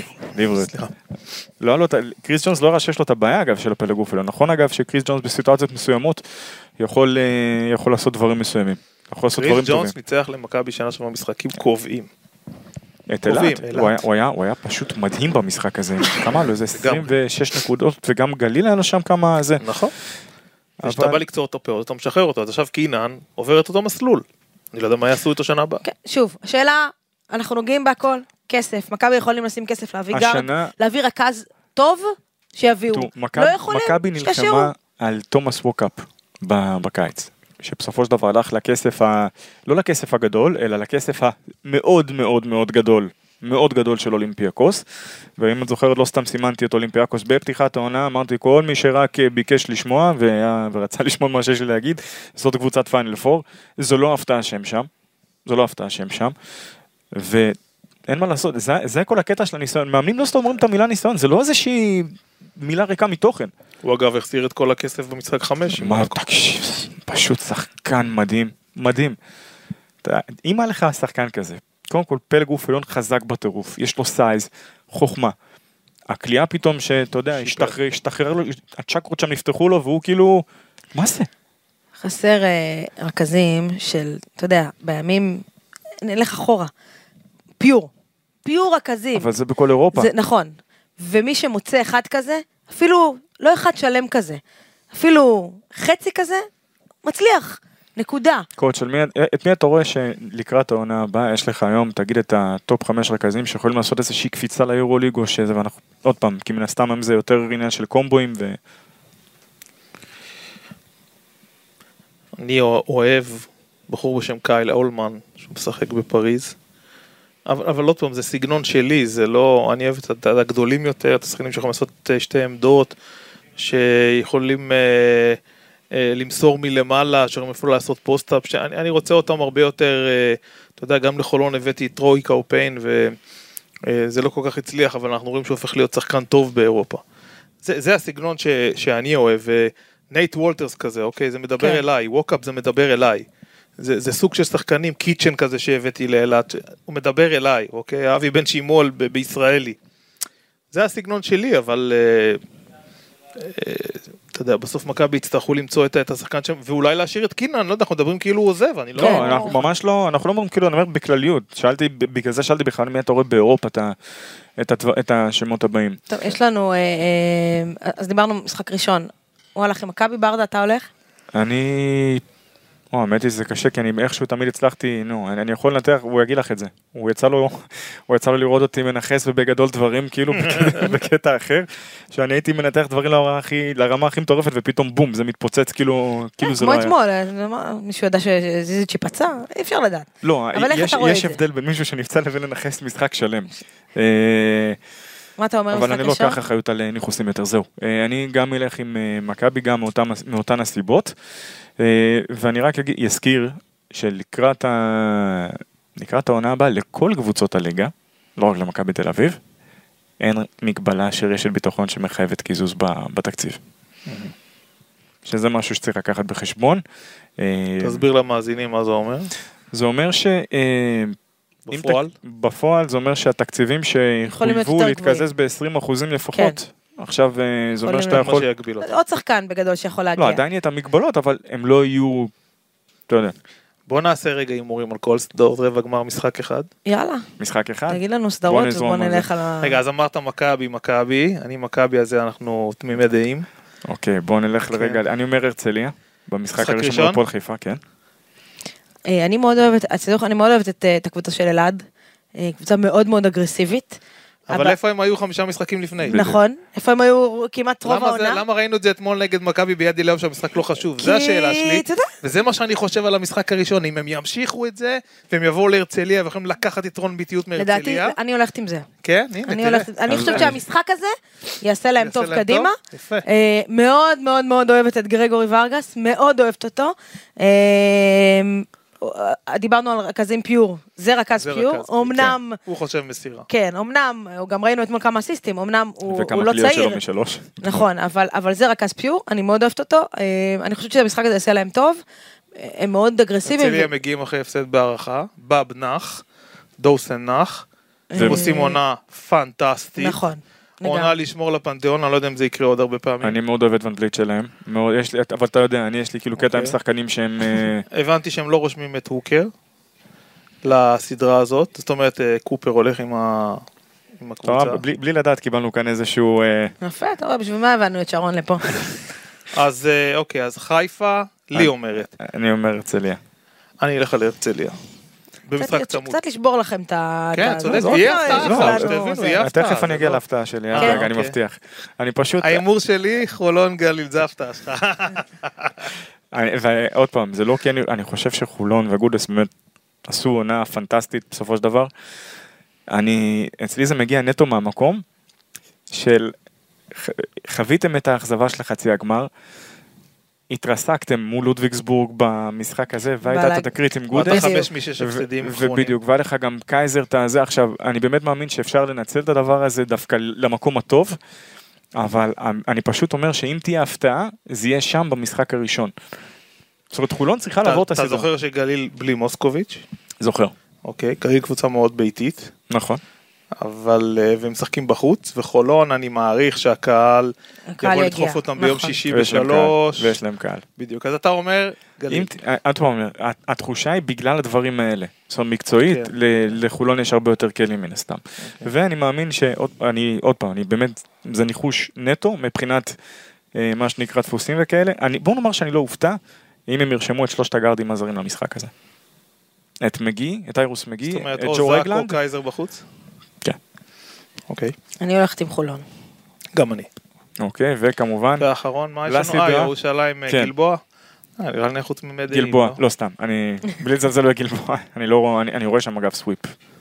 קריס ג'ונס לא ראה שיש לו את הבעיה אגב של הפלג גוף, נכון אגב שקריס ג'ונס בסיטואציות מסוימות יכול לעשות דברים מסוימים. קריס ג'ונס ניצח למכבי שנה שעברה משחקים קובעים. את אילת, הוא היה פשוט מדהים במשחק הזה, כמה לו, איזה עשרים ושש נקודות, וגם גליל היה לו שם כמה זה. נכון. כשאתה בא לקצור אותו פה, אתה משחרר אותו, אז עכשיו קינן עובר את אותו מסלול. אני לא יודע מה יעשו איתו שנה הבאה. שוב, השאלה, אנחנו נוגעים בהכל, כסף, מכבי יכולים לשים כסף להביא גארד, להביא רכז טוב, שיביאו. לא יכולים, מכבי נלחמה על תומאס ווקאפ בקיץ, שבסופו של דבר הלך לכסף, לא לכסף הגדול, אלא לכסף המאוד מאוד מאוד גדול מאוד גדול של אולימפיאקוס, ואם את זוכרת, לא סתם סימנתי את אולימפיאקוס בפתיחת העונה, אמרתי כל מי שרק ביקש לשמוע, ורצה לשמוע מה שיש לי להגיד, זאת קבוצת פיינל פור, זו לא הפתעה שהם שם, זו לא הפתעה שהם שם, ואין מה לעשות, זה, זה כל הקטע של הניסיון, מאמנים לא סתם אומרים את המילה ניסיון, זה לא איזושהי מילה ריקה מתוכן. הוא אגב החסיר את כל הכסף במשחק חמש. מה, תקשיב, פשוט שחקן מדהים, מדהים. אם היה לך שחקן כזה, קודם כל פלג הוא פילון חזק בטירוף, יש לו סייז, חוכמה. הקליעה פתאום שאתה יודע, השתחרר, השתחרר לו, הצ'קרות שם נפתחו לו והוא כאילו, מה זה? חסר uh, רכזים של, אתה יודע, בימים, נלך אחורה, פיור, פיור רכזים. אבל זה בכל אירופה. זה, נכון, ומי שמוצא אחד כזה, אפילו לא אחד שלם כזה, אפילו חצי כזה, מצליח. נקודה. קוץ', מי, את מי אתה רואה שלקראת העונה הבאה יש לך היום, תגיד את הטופ חמש רכזים שיכולים לעשות איזושהי קפיצה ליורוליג או שזה, ואנחנו, עוד פעם, כי מן הסתם הם זה יותר עניין של קומבואים ו... אני אוהב בחור בשם קייל אולמן, שהוא משחק בפריז, אבל, אבל עוד פעם, זה סגנון שלי, זה לא, אני אוהב את הגדולים יותר, את השחקנים שיכולים לעשות שתי עמדות, שיכולים... אה, למסור מלמעלה, שהם אפילו לעשות פוסט-אפ, שאני, אני רוצה אותם הרבה יותר, אתה יודע, גם לחולון הבאתי טרויקה או פיין, וזה לא כל כך הצליח, אבל אנחנו רואים שהוא הופך להיות שחקן טוב באירופה. זה, זה הסגנון ש, שאני אוהב, נייט וולטרס כזה, אוקיי, זה מדבר כן. אליי, ווקאפ זה מדבר אליי, זה, זה סוג של שחקנים, קיצ'ן כזה שהבאתי לאלת, הוא מדבר אליי, אוקיי, אבי בן שימול ב- בישראלי. זה הסגנון שלי, אבל... אתה יודע, בסוף מכבי יצטרכו למצוא את השחקן שם, ואולי להשאיר את קינן, לא יודע, אנחנו מדברים כאילו הוא עוזב, אני לא... לא, אנחנו ממש לא, אנחנו לא אומרים כאילו, אני אומר בכלליות, שאלתי, בגלל זה שאלתי בכלל מי אתה רואה באירופה את השמות הבאים. טוב, יש לנו, אז דיברנו משחק ראשון, הוא הלך עם מכבי, ברדה, אתה הולך? אני... או, האמת היא שזה קשה, כי אני איכשהו תמיד הצלחתי, נו, אני, אני יכול לנתח, הוא יגיד לך את זה. הוא יצא לו, הוא יצא לו לראות אותי מנחס ובגדול דברים, כאילו, בקטע אחר, שאני הייתי מנתח דברים לרמה הכי, לרמה הכי מטורפת, ופתאום בום, זה מתפוצץ, כאילו, כאילו זה לא היה. כמו אתמול, מישהו ידע שזיזיץ' פצע, אי אפשר לדעת. לא, יש, יש הבדל בין מישהו שנפצע לבין לנחס משחק שלם. מה אתה אומר? אבל אני לא אקח אחריות על ניחוסים יותר, זהו. אני גם אלך עם מכבי, גם מאותן הסיבות. ואני רק אזכיר שלקראת ה... לקראת העונה הבאה לכל קבוצות הליגה, לא רק למכבי תל אביב, אין מגבלה של רשת ביטחון שמחייבת קיזוז בתקציב. שזה משהו שצריך לקחת בחשבון. תסביר למאזינים מה זה אומר. זה אומר ש... בפועל? בפועל זה אומר שהתקציבים שיחויבו להתקזז ב-עשרים אחוזים לפחות. עכשיו זה אומר שאתה יכול... עוד שחקן בגדול שיכול להגיע. לא, עדיין יהיה את המגבלות, אבל הם לא יהיו... אתה יודע. בוא נעשה רגע הימורים על כל סדרות רבע גמר משחק אחד. יאללה. משחק אחד? תגיד לנו סדרות ובוא נלך על ה... רגע, אז אמרת מכבי, מכבי. אני מכבי, אז אנחנו תמימי דעים. אוקיי, בוא נלך לרגע. אני אומר הרצליה. במשחק הראשון בפועל חיפה, כן. אני מאוד אוהבת, אני מאוד אוהבת את הקבוצה של אלעד. קבוצה מאוד מאוד אגרסיבית. אבל איפה הם היו חמישה משחקים לפני? נכון, איפה הם היו כמעט רוב העונה? למה ראינו את זה אתמול נגד מכבי ביד אליהו שהמשחק לא חשוב? זו השאלה שלי. וזה מה שאני חושב על המשחק הראשון, אם הם ימשיכו את זה, והם יבואו להרצליה ויכולים לקחת יתרון ביתיות מהרצליה. לדעתי, אני הולכת עם זה. כן? אני חושבת שהמשחק הזה יעשה להם טוב קדימה. מאוד מאוד מאוד אוהבת את גרגורי ורגס, מאוד אוהבת אותו. דיברנו על רכזים פיור, זה רכז פיור, אמנם... הוא חושב מסירה. כן, אמנם, גם ראינו אתמול כמה אסיסטים, אמנם הוא לא צעיר. וכמה קליעות שלו משלוש. נכון, אבל זה רכז פיור, אני מאוד אוהבת אותו, אני חושבת שהמשחק הזה יעשה להם טוב, הם מאוד אגרסיביים. אצלי הם מגיעים אחרי הפסד בהערכה, בב נח, דוסן נח, ועושים עונה פנטסטית. נכון. עונה לשמור לפנתיאון, אני לא יודע אם זה יקרה עוד הרבה פעמים. אני מאוד אוהב את ון וליט שלהם, אבל אתה יודע, אני יש לי כאילו קטע עם שחקנים שהם... הבנתי שהם לא רושמים את הוקר לסדרה הזאת, זאת אומרת קופר הולך עם הקבוצה. בלי לדעת קיבלנו כאן איזשהו... יפה, אתה רואה, בשביל מה הבאנו את שרון לפה? אז אוקיי, אז חיפה, לי אומרת. אני אומר הרצליה. אני אלך על הרצליה. במשחק צמוד. קצת לשבור לכם את ה... כן, צודק, יהיה הפתעה, שתבינו, יהיה הפתעה. תכף אני אגיע להפתעה שלי, רגע, אני מבטיח. אני פשוט... האימור שלי, חולון גליל, זה הפתעה שלך. ועוד פעם, זה לא כי אני חושב שחולון וגודס באמת עשו עונה פנטסטית בסופו של דבר. אני, אצלי זה מגיע נטו מהמקום של חוויתם את האכזבה של חצי הגמר, התרסקתם מול לודוויגסבורג במשחק הזה, והייתה את התקרית עם גודס. אתה חמש משש הפסדים אחרונים. ובדיוק, והיה לך גם קייזר את הזה. עכשיו, אני באמת מאמין שאפשר לנצל את הדבר הזה דווקא למקום הטוב, אבל אני פשוט אומר שאם תהיה הפתעה, זה יהיה שם במשחק הראשון. זאת אומרת, חולון צריכה לעבור את הסדרה. אתה זוכר שגליל בלי מוסקוביץ'? זוכר. אוקיי, גליל קבוצה מאוד ביתית. נכון. אבל, והם משחקים בחוץ, וחולון אני מעריך שהקהל יכול לדחוף אותם ביום שישי בשלוש. ויש להם קהל. בדיוק, אז אתה אומר, גליל. אתה אומר, התחושה היא בגלל הדברים האלה. זאת אומרת, מקצועית, לחולון יש הרבה יותר כלים מן הסתם. ואני מאמין שאני, עוד פעם, אני באמת, זה ניחוש נטו, מבחינת מה שנקרא דפוסים וכאלה. בואו נאמר שאני לא אופתע, אם הם ירשמו את שלושת הגארדים הזרים למשחק הזה. את מגי, את איירוס מגי, את ג'ו רגלנד. זאת אומרת, או זק או קייזר בחוץ? כן. אוקיי. אני הולכת עם חולון. גם אני. אוקיי, וכמובן... ואחרון, מה יש לנו? אה, ירושלים גלבוע? נראה לי חוץ ממדי. גלבוע, לא סתם. אני... בלי לזלזל בגלבוע. אני לא רואה, אני רואה שם אגב סוויפ.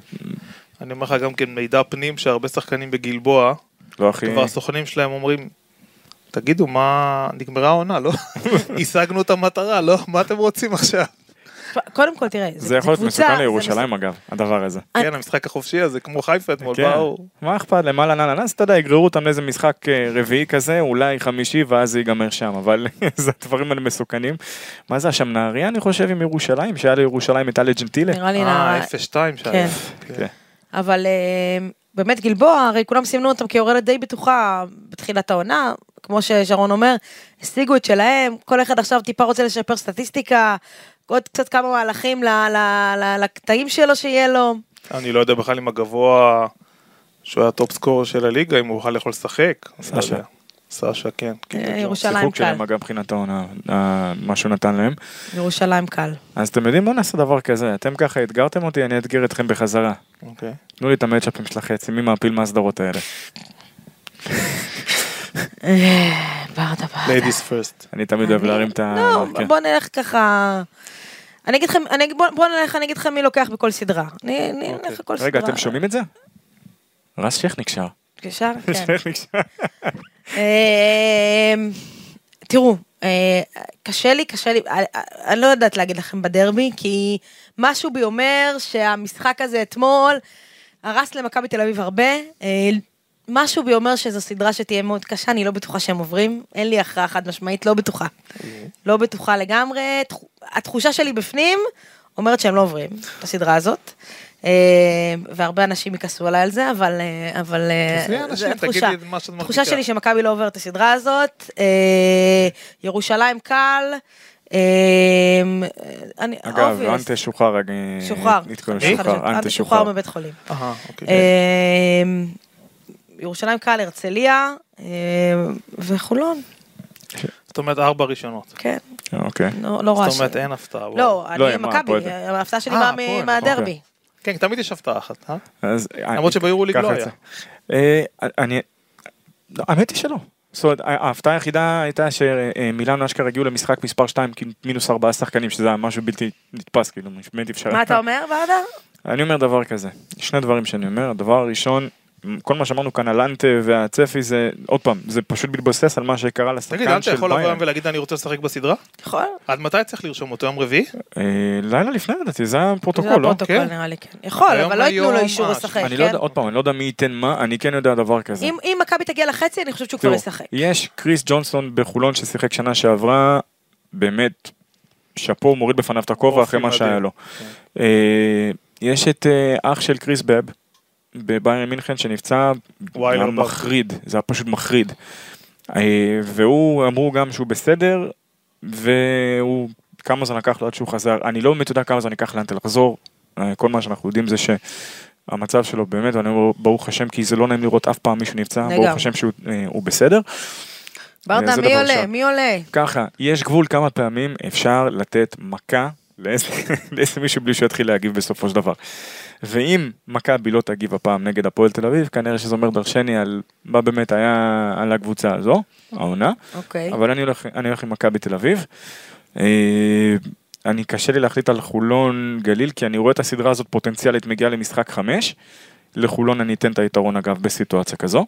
אני אומר לך גם כן מידע פנים שהרבה שחקנים בגלבוע, לא הכי... כבר הסוכנים שלהם אומרים, תגידו, מה... נגמרה העונה, לא? השגנו את המטרה, לא? מה אתם רוצים עכשיו? קודם כל, תראה, זה יכול להיות מסוכן לירושלים אגב, הדבר הזה. כן, המשחק החופשי הזה, כמו חיפה אתמול, באו. מה אכפת, למעלה נעלה, אז אתה יודע, יגררו אותם לאיזה משחק רביעי כזה, אולי חמישי, ואז זה ייגמר שם, אבל זה הדברים האלה מסוכנים. מה זה שם, נהריה, אני חושב, עם ירושלים, שהיה לירושלים את אלה ג'נטילה? נראה לי נהריה. אה, אפס שתיים שהיה. כן. אבל באמת גלבוע, הרי כולם סימנו אותם כיורדת די בטוחה בתחילת העונה, כמו ששרון אומר, השיגו את שלהם, כל אחד עכשיו טיפה רוצה לשפר סטטיסטיקה, עוד קצת כמה מהלכים לקטעים שלו שיהיה לו. אני לא יודע בכלל אם הגבוה, שהוא היה טופ סקור של הליגה, אם הוא בכלל יכול לשחק. סשה. סשה, כן. ירושלים קל. שיחוק שלהם אגב מבחינת העונה, מה שהוא נתן להם. ירושלים קל. אז אתם יודעים, בואו נעשה דבר כזה, אתם ככה אתגרתם אותי, אני אתגר אתכם בחזרה. אוקיי. תנו לי את המאצ'אפים של החצי, מי מעפיל מהסדרות האלה. ברדה ברדה. Ladies first. אני תמיד אוהב להרים את ה... לא, בוא נלך ככה... אני אגיד לכם, בוא נלך, אני אגיד לכם מי לוקח בכל סדרה. אני נלך בכל סדרה. רגע, אתם שומעים את זה? רס שכניק שר. שר? כן. שכניק שר. תראו, קשה לי, קשה לי, אני לא יודעת להגיד לכם בדרבי, כי משהו בי אומר שהמשחק הזה אתמול הרס למכבי תל אביב הרבה, משהו בי אומר שזו סדרה שתהיה מאוד קשה, אני לא בטוחה שהם עוברים, אין לי הכרעה חד משמעית, לא בטוחה. לא בטוחה לגמרי, התחושה שלי בפנים אומרת שהם לא עוברים את הסדרה הזאת, והרבה אנשים ייכסו עליי על זה, אבל, אבל זה התחושה. התחושה שלי שמכבי לא עובר את הסדרה הזאת, ירושלים קל, אגב, אנטה שוחרר, שוחרר, אנטה שוחרר מבית חולים. ירושלים קל, הרצליה וחולון. זאת אומרת, ארבע ראשונות. כן. אוקיי. לא רע. זאת אומרת, אין הפתעה. לא, אני מכבי, ההפתעה שלי באה מהדרבי. כן, תמיד יש הפתעה אחת, אה? למרות שביורוליג לא היה. האמת היא שלא. זאת אומרת, ההפתעה היחידה הייתה שמילאנו אשכרה הגיעו למשחק מספר שתיים, מינוס ארבעה שחקנים, שזה היה משהו בלתי נתפס, כאילו, באמת אפשר. מה אתה אומר, ברדה? אני אומר דבר כזה, שני דברים שאני אומר, הדבר הראשון, כל מה שאמרנו כאן על אנטה והצפי זה, עוד פעם, זה פשוט מתבסס על מה שקרה לשחקן של ביירן. תגיד, אנטה יכול לבוא ולהגיד אני רוצה לשחק בסדרה? יכול. עד מתי צריך לרשום אותו? יום רביעי? לילה לפני לדעתי, זה הפרוטוקול, לא? זה הפרוטוקול נראה לי, כן. יכול, אבל לא ייתנו לו אישור לשחק, כן? עוד פעם, אני לא יודע מי ייתן מה, אני כן יודע דבר כזה. אם מכבי תגיע לחצי, אני חושבת שהוא כבר ישחק. יש קריס ג'ונסון בחולון ששיחק שנה שעברה, באמת, שפו מוריד בפניו את הכובע אחרי מה שהיה לו. יש את אח של קריס בב, בביירן מינכן שנפצע מחריד, זה היה פשוט מחריד. והוא אמרו גם שהוא בסדר, והוא כמה זמן לקח לו עד שהוא חזר. אני לא באמת יודע כמה זמן לקח לאנטה לחזור, כל מה שאנחנו יודעים זה שהמצב שלו באמת, ואני אומר ברוך השם, כי זה לא נעים לראות אף פעם מישהו נפצע, ברוך השם שהוא בסדר. ברדה, מי עולה? מי עולה? ככה, יש גבול כמה פעמים אפשר לתת מכה לאיזה מישהו בלי שהוא יתחיל להגיב בסופו של דבר. ואם מכבי לא תגיב הפעם נגד הפועל תל אביב, כנראה שזה אומר דרשני על מה באמת היה על הקבוצה הזו, העונה. אבל אני הולך, אני הולך עם מכבי תל אביב. אני קשה לי להחליט על חולון גליל, כי אני רואה את הסדרה הזאת פוטנציאלית מגיעה למשחק חמש. לחולון אני אתן את היתרון אגב בסיטואציה כזו.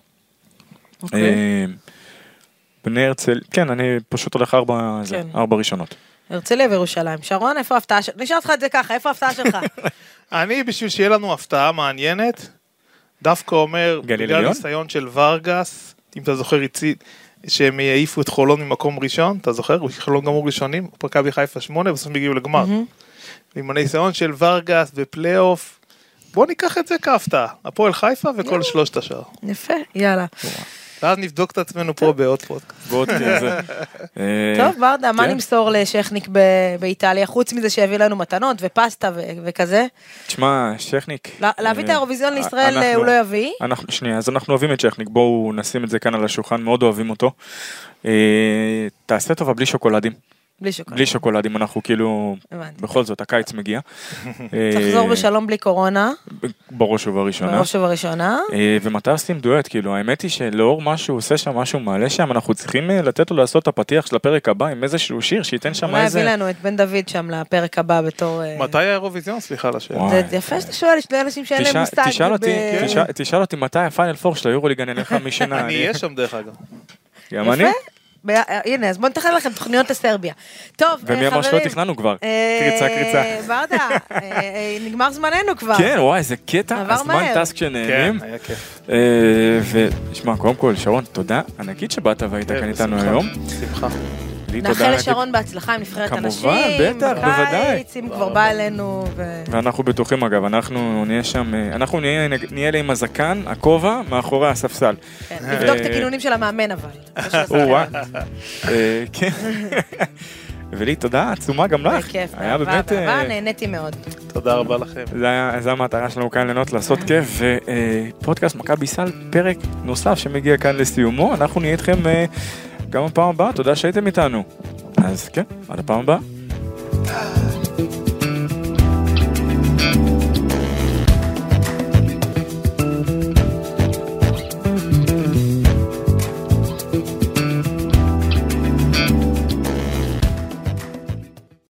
בני הרצל, כן, אני פשוט הולך ארבע, זה, ארבע ראשונות. הרצליה וירושלים. שרון, איפה ההפתעה שלך? נשאר אותך את זה ככה, איפה ההפתעה שלך? אני, בשביל שיהיה לנו הפתעה מעניינת, דווקא אומר, בגלל ניסיון של ורגס, אם אתה זוכר איצית, שהם יעיפו את חולון ממקום ראשון, אתה זוכר? חולון גמור ראשונים, מכבי חיפה שמונה, בסוף הגיעו לגמר. עם הניסיון של ורגס בפלייאוף, בוא ניקח את זה כהפתעה. הפועל חיפה וכל שלושת השאר. יפה, יאללה. ואז נבדוק את עצמנו פה בעוד פודקאסט. בעוד כזה. טוב, ברדה, מה נמסור לשכניק באיטליה, חוץ מזה שהביא לנו מתנות ופסטה וכזה? תשמע, שכניק. להביא את האירוויזיון לישראל הוא לא יביא? שנייה, אז אנחנו אוהבים את שכניק, בואו נשים את זה כאן על השולחן, מאוד אוהבים אותו. תעשה טובה בלי שוקולדים. בלי שוקולדים. בלי שוקולדים, אנחנו כאילו, בכל זאת, הקיץ מגיע. תחזור בשלום בלי קורונה. בראש ובראשונה. בראש ובראשונה. ומתי עושים דואט, כאילו, האמת היא שלאור משהו עושה שם, משהו מעלה שם, אנחנו צריכים לתת לו לעשות את הפתיח של הפרק הבא עם איזשהו שיר, שייתן שם איזה... אולי הביא לנו את בן דוד שם לפרק הבא בתור... מתי האירוויזיון? סליחה לשאלה. זה יפה שאתה שואל, יש לי אנשים שאין להם מושג. תשאל אותי מתי הפיינל פור של היורוליג אני אלך משינה. אני אהיה שם דרך אגב. גם אני? הנה, אז בואו נתכנן לכם תוכניות לסרביה. טוב, חברים. ומי אמר שלא תכננו כבר? קריצה, קריצה. ברדה, נגמר זמננו כבר. כן, וואי, זה קטע, הזמן טס כשנהנים. כן, היה כיף. ושמע, קודם כל, שרון, תודה ענקית שבאת והיית כאן איתנו היום. שמחה. נאחל לשרון בהצלחה עם נבחרת אנשים. כמובן, בטח, בוודאי. אם כבר בא אלינו. ואנחנו בטוחים אגב, אנחנו נהיה שם, אנחנו נהיה לה עם הזקן, הכובע, מאחורי הספסל. נבדוק את הכינונים של המאמן אבל. כן. ולי תודה עצומה גם לך. בכיף, היה באמת... נהניתי מאוד. תודה רבה לכם. זה המטרה שלנו כאן ליהנות לעשות כיף, ופודקאסט מכבי סל, פרק נוסף שמגיע כאן לסיומו, אנחנו נהיה איתכם גם בפעם הבאה, תודה שהייתם איתנו. אז כן, עד הפעם הבאה.